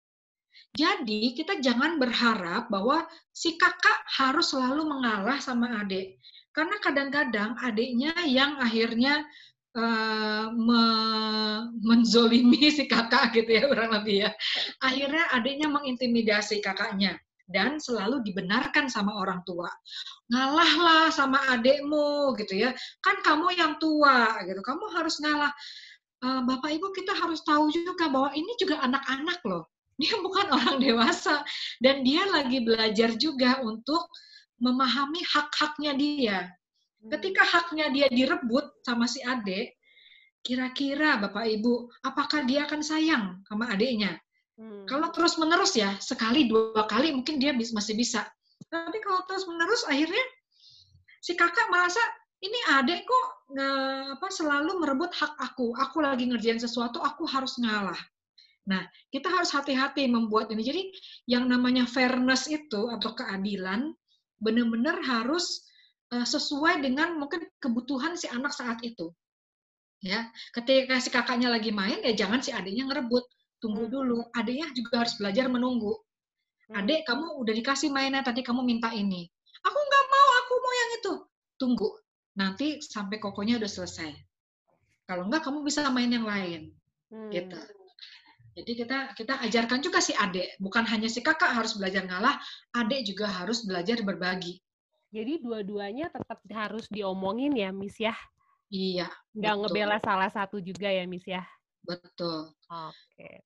Jadi kita jangan berharap bahwa si kakak harus selalu mengalah sama adik. Karena kadang-kadang adiknya yang akhirnya uh, me menzolimi si kakak gitu ya kurang lebih ya. Akhirnya adiknya mengintimidasi kakaknya dan selalu dibenarkan sama orang tua. Ngalahlah sama adikmu gitu ya. Kan kamu yang tua gitu. Kamu harus ngalah. Uh, Bapak Ibu kita harus tahu juga bahwa ini juga anak-anak loh. Dia bukan orang dewasa dan dia lagi belajar juga untuk memahami hak-haknya dia. Ketika haknya dia direbut sama si adik, kira-kira Bapak Ibu, apakah dia akan sayang sama adiknya? Hmm. Kalau terus-menerus ya, sekali dua kali mungkin dia masih bisa. Tapi kalau terus-menerus akhirnya si kakak merasa ini adik kok nge, apa, selalu merebut hak aku. Aku lagi ngerjain sesuatu, aku harus ngalah. Nah, kita harus hati-hati membuat ini. Jadi yang namanya fairness itu atau keadilan benar-benar harus uh, sesuai dengan mungkin kebutuhan si anak saat itu. Ya, ketika si kakaknya lagi main ya jangan si adiknya ngerebut. Tunggu dulu. Adiknya juga harus belajar menunggu. Adik, kamu udah dikasih mainan tadi kamu minta ini. Aku nggak mau, aku mau yang itu. Tunggu. nanti sampai kokonya udah selesai. Kalau enggak, kamu bisa main yang lain. Hmm. Gitu. Jadi kita kita ajarkan juga si adik, bukan hanya si kakak harus belajar ngalah, adik juga harus belajar berbagi. Jadi dua-duanya tetap harus diomongin ya, Miss ya? Iya, Nggak betul. ngebela salah satu juga ya, Miss ya? Betul. Oke.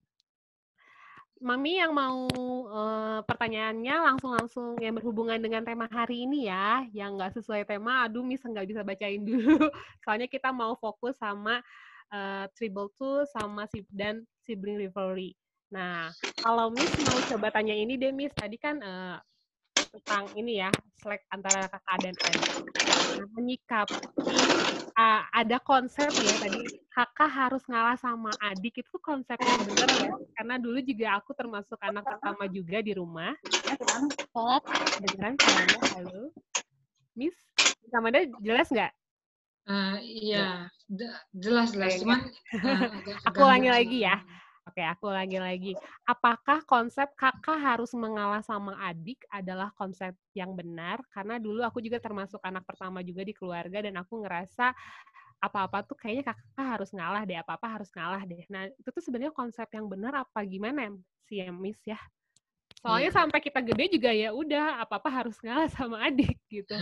Mami yang mau uh, pertanyaannya langsung-langsung yang berhubungan dengan tema hari ini ya, yang nggak sesuai tema, aduh Miss nggak bisa bacain dulu. Soalnya kita mau fokus sama uh, Tribble two sama si dan sibling rivalry. Nah, kalau Miss mau coba tanya ini deh Miss, tadi kan uh, tentang ini ya, selek antara kakak dan adik. Nah, menyikapi uh, ada konsep ya tadi kakak harus ngalah sama adik, itu konsep yang benar ya, karena dulu juga aku termasuk anak pertama juga di rumah. Ya kan? Beneran suaranya, halo Miss, sama ada jelas nggak? Uh, iya, jelas-jelas, cuman uh, agak aku keganggu ulangi lagi suaranya. ya. Oke, aku ulangi lagi. Apakah konsep kakak harus mengalah sama adik adalah konsep yang benar? Karena dulu aku juga termasuk anak pertama juga di keluarga, dan aku ngerasa apa-apa tuh kayaknya kakak harus ngalah deh, apa-apa harus ngalah deh. Nah, itu tuh sebenarnya konsep yang benar apa gimana sih ya, Miss ya? Soalnya Iya. sampai kita gede juga ya udah apa-apa harus ngalah sama adik gitu.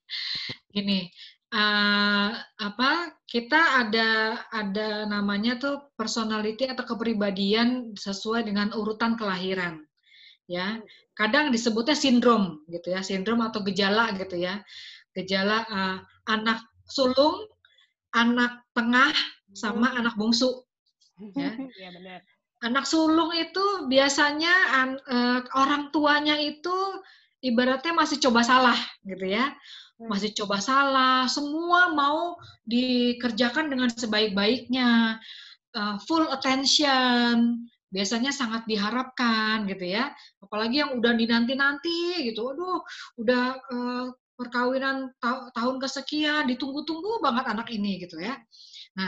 Gini, uh, apa kita ada ada namanya tuh personality atau kepribadian sesuai dengan urutan kelahiran, ya. Kadang disebutnya sindrom gitu ya, sindrom atau gejala gitu ya, gejala uh, anak sulung, anak tengah, sama anak bungsu, ya. Iya benar. Anak sulung itu biasanya an, uh, orang tuanya itu ibaratnya masih coba salah gitu ya. Masih coba salah, semua mau dikerjakan dengan sebaik-baiknya, uh, full attention, biasanya sangat diharapkan gitu ya. Apalagi yang udah dinanti-nanti gitu, aduh udah uh, perkawinan ta tahun kesekian, ditunggu-tunggu banget anak ini gitu ya. Nah,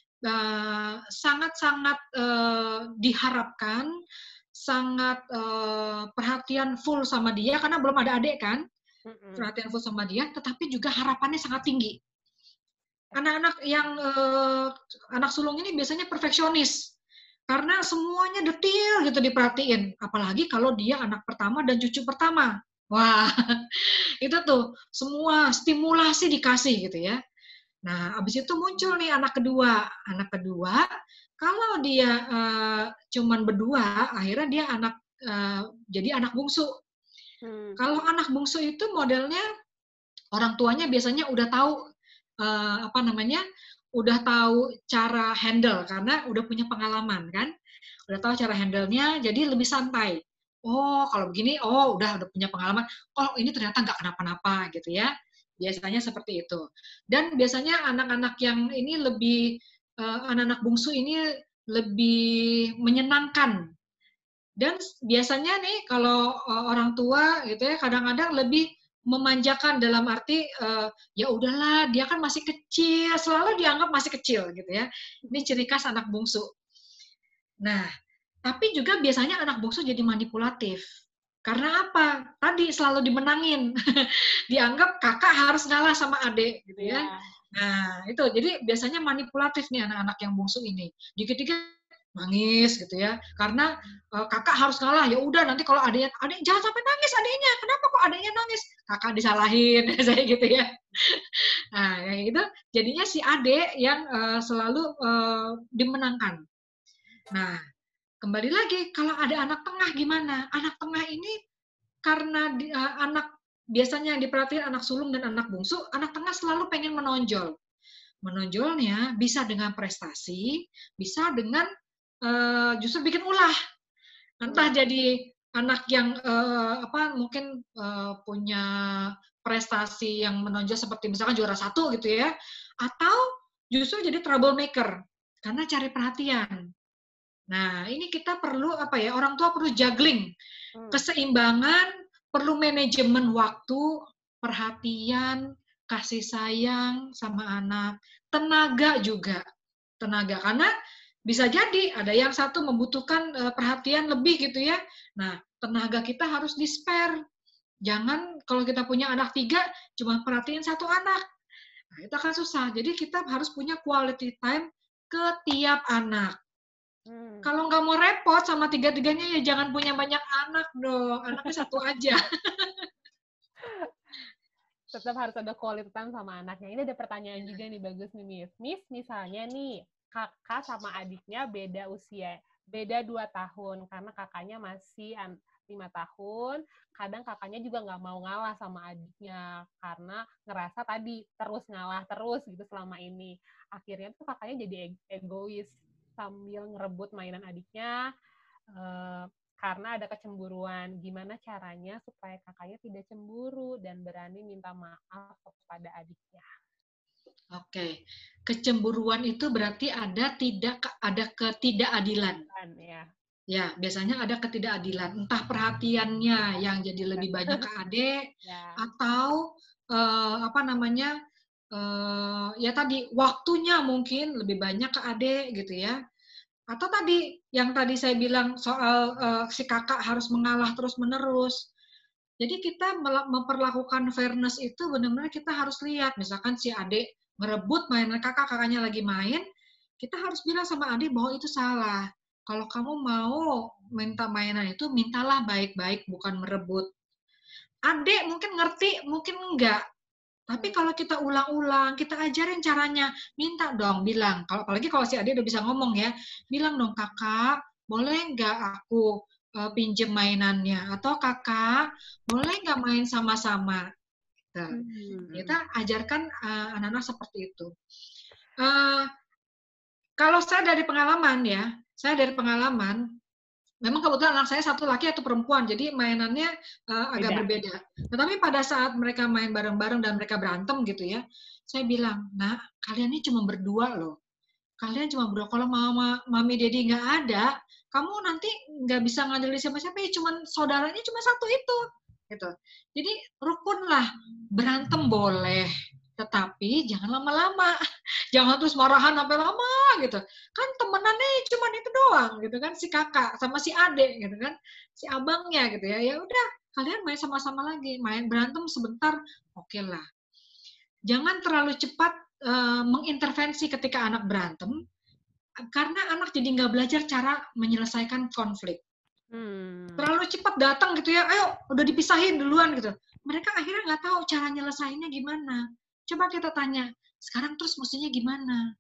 uh, sangat-sangat uh, diharapkan, sangat uh, perhatian full sama dia karena belum ada adik kan. Perhatian full sama dia, tetapi juga harapannya sangat tinggi. Anak-anak yang uh, anak sulung ini biasanya perfeksionis, karena semuanya detail gitu diperhatiin. Apalagi kalau dia anak pertama dan cucu pertama. Wah, itu tuh semua stimulasi dikasih gitu ya. Nah, abis itu muncul nih anak kedua. Anak kedua, kalau dia uh, cuman berdua, akhirnya dia anak uh, jadi anak bungsu. Hmm. Kalau anak bungsu itu modelnya orang tuanya biasanya udah tahu uh, apa namanya, udah tahu cara handle karena udah punya pengalaman kan, udah tahu cara handle-nya, jadi lebih santai. Oh kalau begini, oh udah udah punya pengalaman. Oh ini ternyata nggak kenapa-napa gitu ya. Biasanya seperti itu. Dan biasanya anak-anak yang ini lebih uh, anak-anak bungsu ini lebih menyenangkan. Dan biasanya nih kalau orang tua gitu ya kadang-kadang lebih memanjakan dalam arti uh, ya udahlah dia kan masih kecil, selalu dianggap masih kecil gitu ya. Ini ciri khas anak bungsu. Nah, tapi juga biasanya anak bungsu jadi manipulatif. Karena apa? Tadi selalu dimenangin. Dianggap kakak harus ngalah sama adik gitu ya. Yeah. Nah, itu jadi biasanya manipulatif nih anak-anak yang bungsu ini. Dikit-dikit nangis gitu ya, karena uh, kakak harus ngalah. Ya udah nanti kalau adiknya, adik jangan sampai nangis adiknya. Kenapa kok adiknya nangis? Kakak disalahin, saya gitu ya. Nah, yang itu jadinya si adik yang uh, selalu uh, dimenangkan. Nah, kembali lagi kalau ada anak tengah gimana? Anak tengah ini karena di, uh, anak biasanya yang diperhatiin anak sulung dan anak bungsu, anak tengah selalu pengen menonjol. Menonjolnya bisa dengan prestasi, bisa dengan Uh, justru bikin ulah, entah hmm. jadi anak yang uh, apa mungkin uh, punya prestasi yang menonjol seperti misalkan juara satu gitu ya, atau justru jadi troublemaker karena cari perhatian. Nah ini kita perlu apa ya, orang tua perlu juggling, hmm. keseimbangan, perlu manajemen waktu, perhatian, kasih sayang sama anak, tenaga juga, tenaga karena bisa jadi ada yang satu membutuhkan uh, perhatian lebih gitu ya. Nah, tenaga kita harus di-spare. Jangan kalau kita punya anak tiga, cuma perhatiin satu anak. Nah, itu akan susah. Jadi kita harus punya quality time ke tiap anak. Hmm. Kalau nggak mau repot sama tiga-tiganya, ya jangan punya banyak anak dong. Anaknya satu aja. Tetap harus ada quality time sama anaknya. Ini ada pertanyaan juga nih, bagus nih, Miss. Miss, misalnya nih, kakak sama adiknya beda usia. Beda dua tahun, karena kakaknya masih lima tahun. Kadang kakaknya juga nggak mau ngalah sama adiknya, karena ngerasa tadi terus ngalah terus gitu selama ini. Akhirnya tuh kakaknya jadi egois, sambil ngerebut mainan adiknya, eh, karena ada kecemburuan. Gimana caranya supaya kakaknya tidak cemburu dan berani minta maaf kepada adiknya? Oke, kecemburuan itu berarti ada tidak ada ketidakadilan. Kan ya. Ya, biasanya ada ketidakadilan. Entah perhatiannya yang jadi lebih banyak ke adik, Ya. atau eh, apa namanya, eh, ya tadi waktunya mungkin lebih banyak ke adik gitu ya. Atau tadi yang tadi saya bilang soal uh, si kakak harus mengalah terus-menerus. Jadi kita memperlakukan fairness itu benar-benar kita harus lihat. Misalkan si adik merebut mainan kakak, kakaknya lagi main, kita harus bilang sama adik bahwa itu salah. Kalau kamu mau minta mainan itu, mintalah baik-baik, bukan merebut. Adik mungkin ngerti, mungkin enggak. Tapi kalau kita ulang-ulang, kita ajarin caranya, minta dong, bilang. Kalau apalagi kalau si adik udah bisa ngomong ya, bilang dong, kakak, boleh nggak aku uh, pinjem mainannya? Atau kakak, boleh nggak main sama-sama? Gitu. Hmm. Kita ajarkan uh, anak-anak seperti itu. Uh, kalau saya dari pengalaman ya, saya dari pengalaman, memang kebetulan anak saya satu laki atau perempuan, jadi mainannya uh, agak Beda. berbeda. Tetapi pada saat mereka main bareng-bareng dan mereka berantem gitu ya, saya bilang, nah kalian ini cuma berdua loh. Kalian cuma berdua. Kalau mama, mami, dedi nggak ada, kamu nanti nggak bisa ngandelin siapa-siapa. Ya cuma saudaranya cuma satu itu. Gitu. Jadi rukun lah. Berantem boleh, tetapi jangan lama-lama. Jangan terus marahan sampai lama gitu. Kan temenannya cuma itu doang gitu kan, si kakak sama si adik gitu kan, si abangnya gitu ya. Ya udah, kalian main sama-sama lagi, main berantem sebentar, oke okay lah. Jangan terlalu cepat uh, mengintervensi ketika anak berantem, karena anak jadi nggak belajar cara menyelesaikan konflik. Hmm. Terlalu cepat datang gitu ya, ayo udah dipisahin duluan gitu. Mereka akhirnya nggak tahu cara nyelesainnya gimana. Coba kita tanya, sekarang terus mestinya gimana?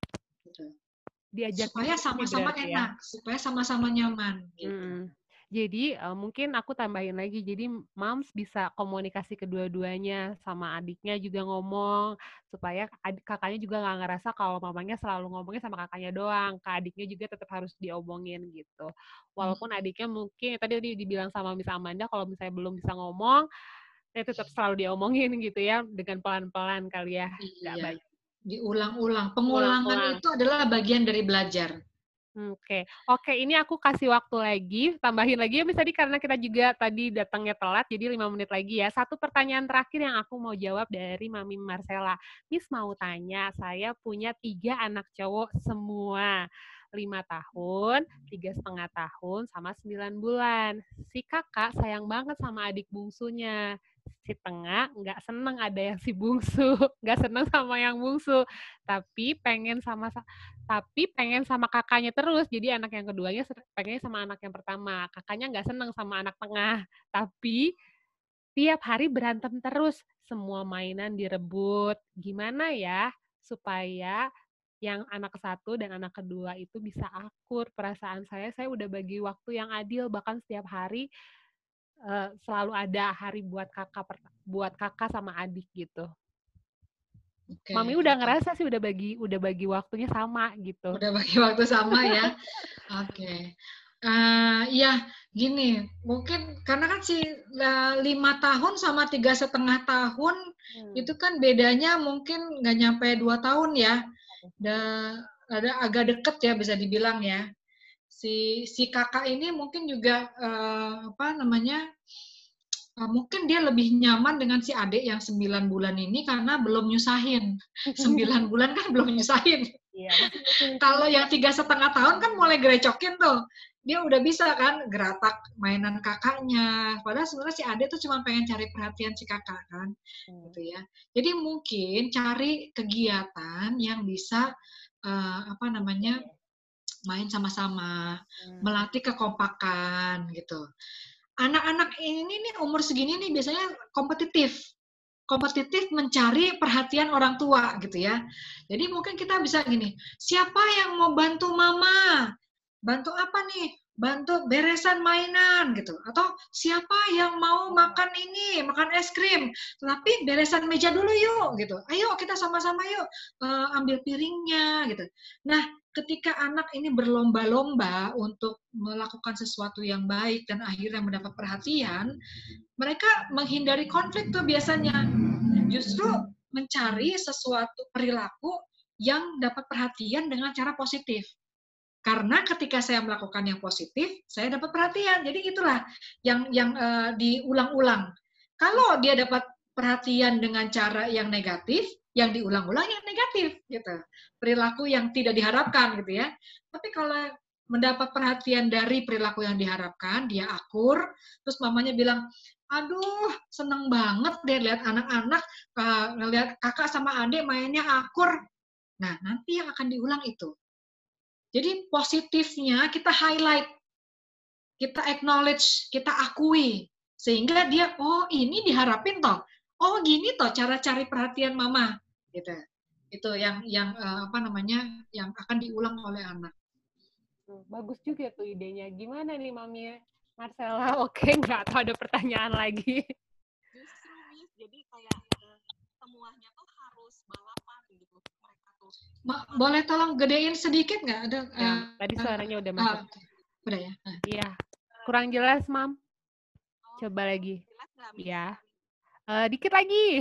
Gitu. Diajak Supaya sama-sama ya. enak, supaya sama-sama nyaman. Gitu. Hmm. Jadi uh, mungkin aku tambahin lagi, jadi moms bisa komunikasi kedua-duanya, sama adiknya juga ngomong, supaya adik, kakaknya juga nggak ngerasa kalau mamanya selalu ngomongnya sama kakaknya doang, ke adiknya juga tetap harus diomongin gitu. Walaupun Hmm. adiknya mungkin, tadi dibilang sama Miss Amanda, kalau misalnya belum bisa ngomong, ya tetap selalu diomongin gitu ya, dengan pelan-pelan kali ya, nggak Iya, banyak. diulang-ulang. Pengulangan Ulang-ulang. itu adalah bagian dari belajar. Oke, oke. Ini aku kasih waktu lagi, tambahin lagi ya, Miss tadi karena kita juga tadi datangnya telat, jadi lima menit lagi ya. Satu pertanyaan terakhir yang aku mau jawab dari Mami Marcella. Miss mau tanya, saya punya tiga anak cowok semua, lima tahun, tiga setengah tahun, sama sembilan bulan. Si kakak sayang banget sama adik bungsunya. Si tengah nggak seneng ada yang si bungsu, nggak seneng sama yang bungsu, tapi pengen sama tapi pengen sama kakaknya terus, jadi anak yang keduanya pengen sama anak yang pertama. Kakaknya nggak seneng sama anak tengah, tapi tiap hari berantem terus, semua mainan direbut. Gimana ya supaya yang anak satu dan anak kedua itu bisa akur? Perasaan saya, saya udah bagi waktu yang adil, bahkan setiap hari uh, selalu ada hari buat kakak buat kakak sama adik gitu. Okay, Mami udah okay. ngerasa sih udah bagi udah bagi waktunya sama gitu. Udah bagi waktu sama ya. Oke. Okay. Uh, ya gini, mungkin karena kan si lima tahun sama tiga setengah tahun hmm. itu kan bedanya mungkin nggak nyampe dua tahun ya. Da, ada agak deket ya bisa dibilang ya. Si si kakak ini mungkin juga uh, apa namanya? Uh, mungkin dia lebih nyaman dengan si adik yang sembilan bulan ini karena belum nyusahin. sembilan bulan kan belum nyusahin. Iya, kalau yang tiga setengah tahun kan mulai gerecokin tuh. dia udah bisa kan geratak mainan kakaknya. Padahal sebenarnya si adik tuh cuma pengen cari perhatian si kakak kan, Hmm. gitu ya. Jadi mungkin cari kegiatan yang bisa uh, apa namanya main sama-sama, Hmm. melatih kekompakan gitu. Anak-anak ini nih umur segini nih biasanya kompetitif. Kompetitif mencari perhatian orang tua gitu ya. Jadi mungkin kita bisa gini, siapa yang mau bantu mama? Bantu apa nih? Bantu beresan mainan gitu. Atau siapa yang mau makan ini, makan es krim, tapi beresan meja dulu yuk gitu. Ayo kita sama-sama yuk uh, ambil piringnya gitu. Nah, ketika anak ini berlomba-lomba untuk melakukan sesuatu yang baik dan akhirnya mendapat perhatian, mereka menghindari konflik tuh biasanya. Justru mencari sesuatu perilaku yang dapat perhatian dengan cara positif. Karena ketika saya melakukan yang positif, saya dapat perhatian. Jadi itulah yang yang uh, diulang-ulang. Kalau dia dapat perhatian dengan cara yang negatif, yang diulang-ulang yang negatif gitu. Perilaku yang tidak diharapkan gitu ya. Tapi kalau mendapat perhatian dari perilaku yang diharapkan, dia akur, terus mamanya bilang, aduh seneng banget deh lihat anak-anak, uh, ngelihat kakak sama adik mainnya akur. Nah, nanti yang akan diulang itu. Jadi positifnya kita highlight, kita acknowledge, kita akui. Sehingga dia, oh ini diharapin toh. Oh gini toh cara cari perhatian mama. Gitu. Itu yang yang uh, apa namanya yang akan diulang oleh anak. Bagus juga tuh idenya. Gimana nih Mami Marcella? Oke, nggak tahu ada pertanyaan lagi. Justru Miss, jadi kayak uh, semuanya tuh harus balapan gitu mereka tuh. Ma, boleh tolong gedein sedikit nggak? Ada. Ya, Uh, tadi suaranya udah masuk. Uh, udah ya. Iya, kurang jelas, Mam. Coba lagi. Iya. Uh, dikit lagi.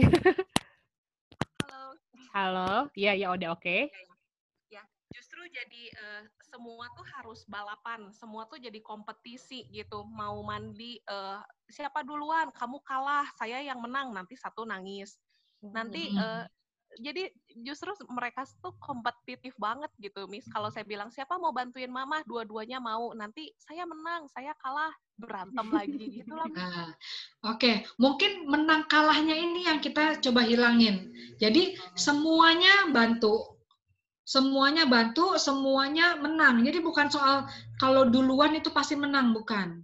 Halo. Halo. Iya, ya udah oke. Okay. Ya, justru jadi uh, semua tuh harus balapan, semua tuh jadi kompetisi gitu. Mau mandi, uh, siapa duluan? Kamu kalah, saya yang menang. Nanti satu nangis. Nanti uh, jadi justru mereka tuh kompetitif banget gitu, Miss. Kalau saya bilang siapa mau bantuin mama, dua-duanya mau. Nanti saya menang, saya kalah, berantem lagi gitu lah. Nah, oke, okay. Mungkin menang kalahnya ini yang kita coba hilangin. Jadi semuanya bantu, semuanya bantu, semuanya menang. Jadi bukan soal kalau duluan itu pasti menang, bukan.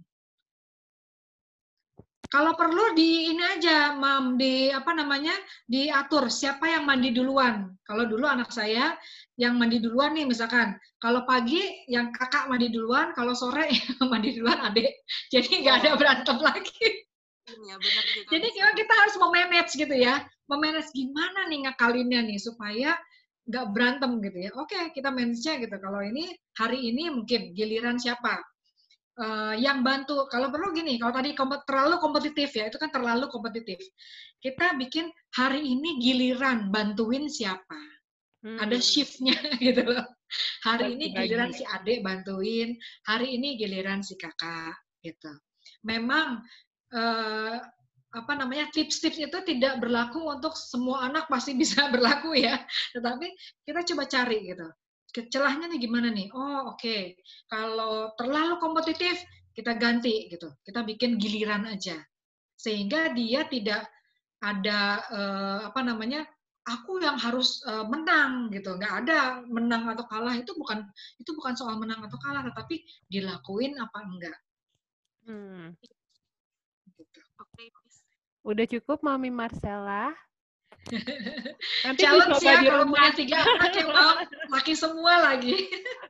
Kalau perlu di ini aja, Mam, di apa namanya, diatur siapa yang mandi duluan. Kalau dulu anak saya yang mandi duluan nih misalkan. Kalau pagi yang kakak mandi duluan, kalau sore yang mandi duluan adik. Jadi nggak ada berantem lagi. Ya, benar juga. Jadi kita harus memanage gitu ya. Memanage gimana nih ngakalinnya nih supaya nggak berantem gitu ya. Oke, kita manage-nya gitu. Kalau ini hari ini mungkin giliran siapa? Uh, yang bantu, kalau perlu gini, kalau tadi kompet, terlalu kompetitif ya, itu kan terlalu kompetitif. Kita bikin hari ini giliran bantuin siapa, hmm. ada shiftnya gitu loh. Hari ini giliran si adik bantuin, hari ini giliran si kakak gitu. Memang uh, apa namanya tips-tips itu tidak berlaku untuk semua anak pasti bisa berlaku ya, tetapi kita coba cari gitu. Celahnya nih gimana nih? Oh oke, okay. Kalau terlalu kompetitif kita ganti gitu, kita bikin giliran aja, sehingga dia tidak ada uh, apa namanya, aku yang harus uh, menang gitu, nggak ada menang atau kalah, itu bukan itu bukan soal menang atau kalah, tetapi dilakuin apa enggak. Hmm. Gitu. Oke, udah cukup Mami Marcella. Nanti challenge ya kalau punya tiga anak yang mau laki semua lagi.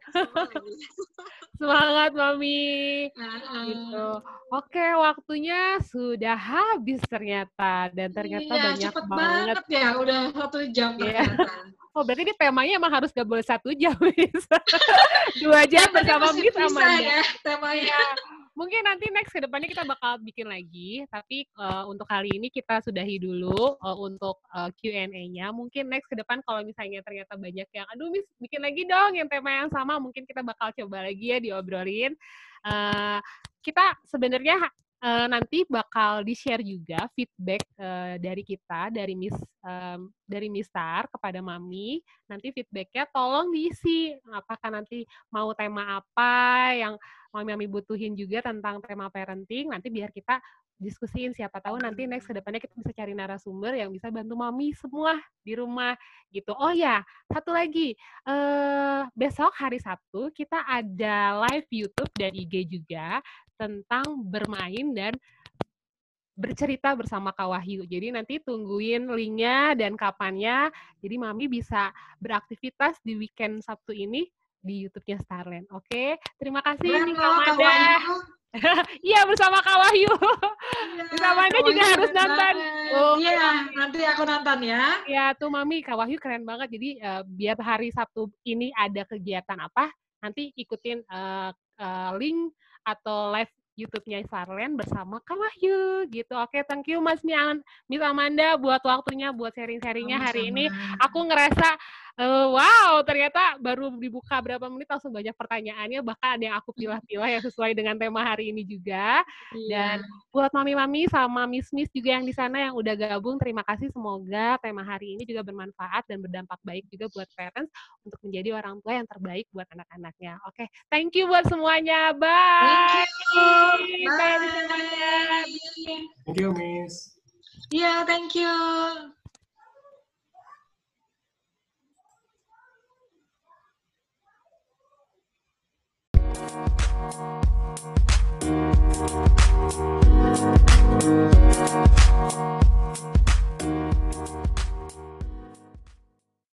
Semangat Mami. Uh-uh. Gitu. Oke, waktunya sudah habis ternyata dan ternyata iya, banyak cepet banget. banget ya, udah satu jam ternyata. Oh, berarti ini temanya emang harus gak boleh satu jam, Miss. Dua jam ya, bersama Miss Amanda. Ya, temanya. Ya. Mungkin nanti next ke depannya kita bakal bikin lagi, tapi uh, untuk kali ini kita sudahi dulu uh, untuk uh, Q and A-nya. Mungkin next ke depan kalau misalnya ternyata banyak yang, aduh Miss, bikin lagi dong yang tema yang sama, mungkin kita bakal coba lagi ya diobrolin. Uh, kita sebenarnya uh, nanti bakal di-share juga feedback uh, dari kita, dari Miss um, dari Mistar kepada Mami. Nanti feedbacknya tolong diisi. Apakah nanti mau tema apa yang Mami-Mami butuhin juga tentang tema parenting, nanti biar kita diskusiin, siapa tahu nanti next ke depannya kita bisa cari narasumber yang bisa bantu Mami semua di rumah gitu. Oh ya, satu lagi, uh, besok hari Sabtu kita ada live YouTube dan I G juga tentang bermain dan bercerita bersama Kak Wahyu. Jadi nanti tungguin linknya dan kapannya. Jadi Mami bisa beraktivitas di weekend Sabtu ini di YouTube-nya Starland. Oke, terima kasih nih Kak Manda. Iya, bersama Kak Wahyu. Ya, Kak Manda juga harus nonton. Oh, iya, nanti aku nonton ya. Ya, tuh Mami, Kak Wahyu keren banget. Jadi uh, biar hari Sabtu ini ada kegiatan apa, nanti ikutin uh, uh, link atau live YouTube-nya Starland bersama Kak Wahyu gitu. Oke, thank you Mas Mian, Miss Amanda buat waktunya, buat sharing-sharingnya hari ini. Aku ngerasa uh, wow, ternyata baru dibuka berapa menit langsung banyak pertanyaannya, bahkan ada yang aku pilah-pilah yang sesuai dengan tema hari ini juga. Iya. Dan buat mami-mami sama miss-miss juga yang di sana yang udah gabung, terima kasih. Semoga tema hari ini juga bermanfaat dan berdampak baik juga buat parents untuk menjadi orang tua yang terbaik buat anak-anaknya. Oke, thank you buat semuanya. Bye. Thank you. Bye. Bye. Thank you, Miss. Yeah, thank you. Thank you.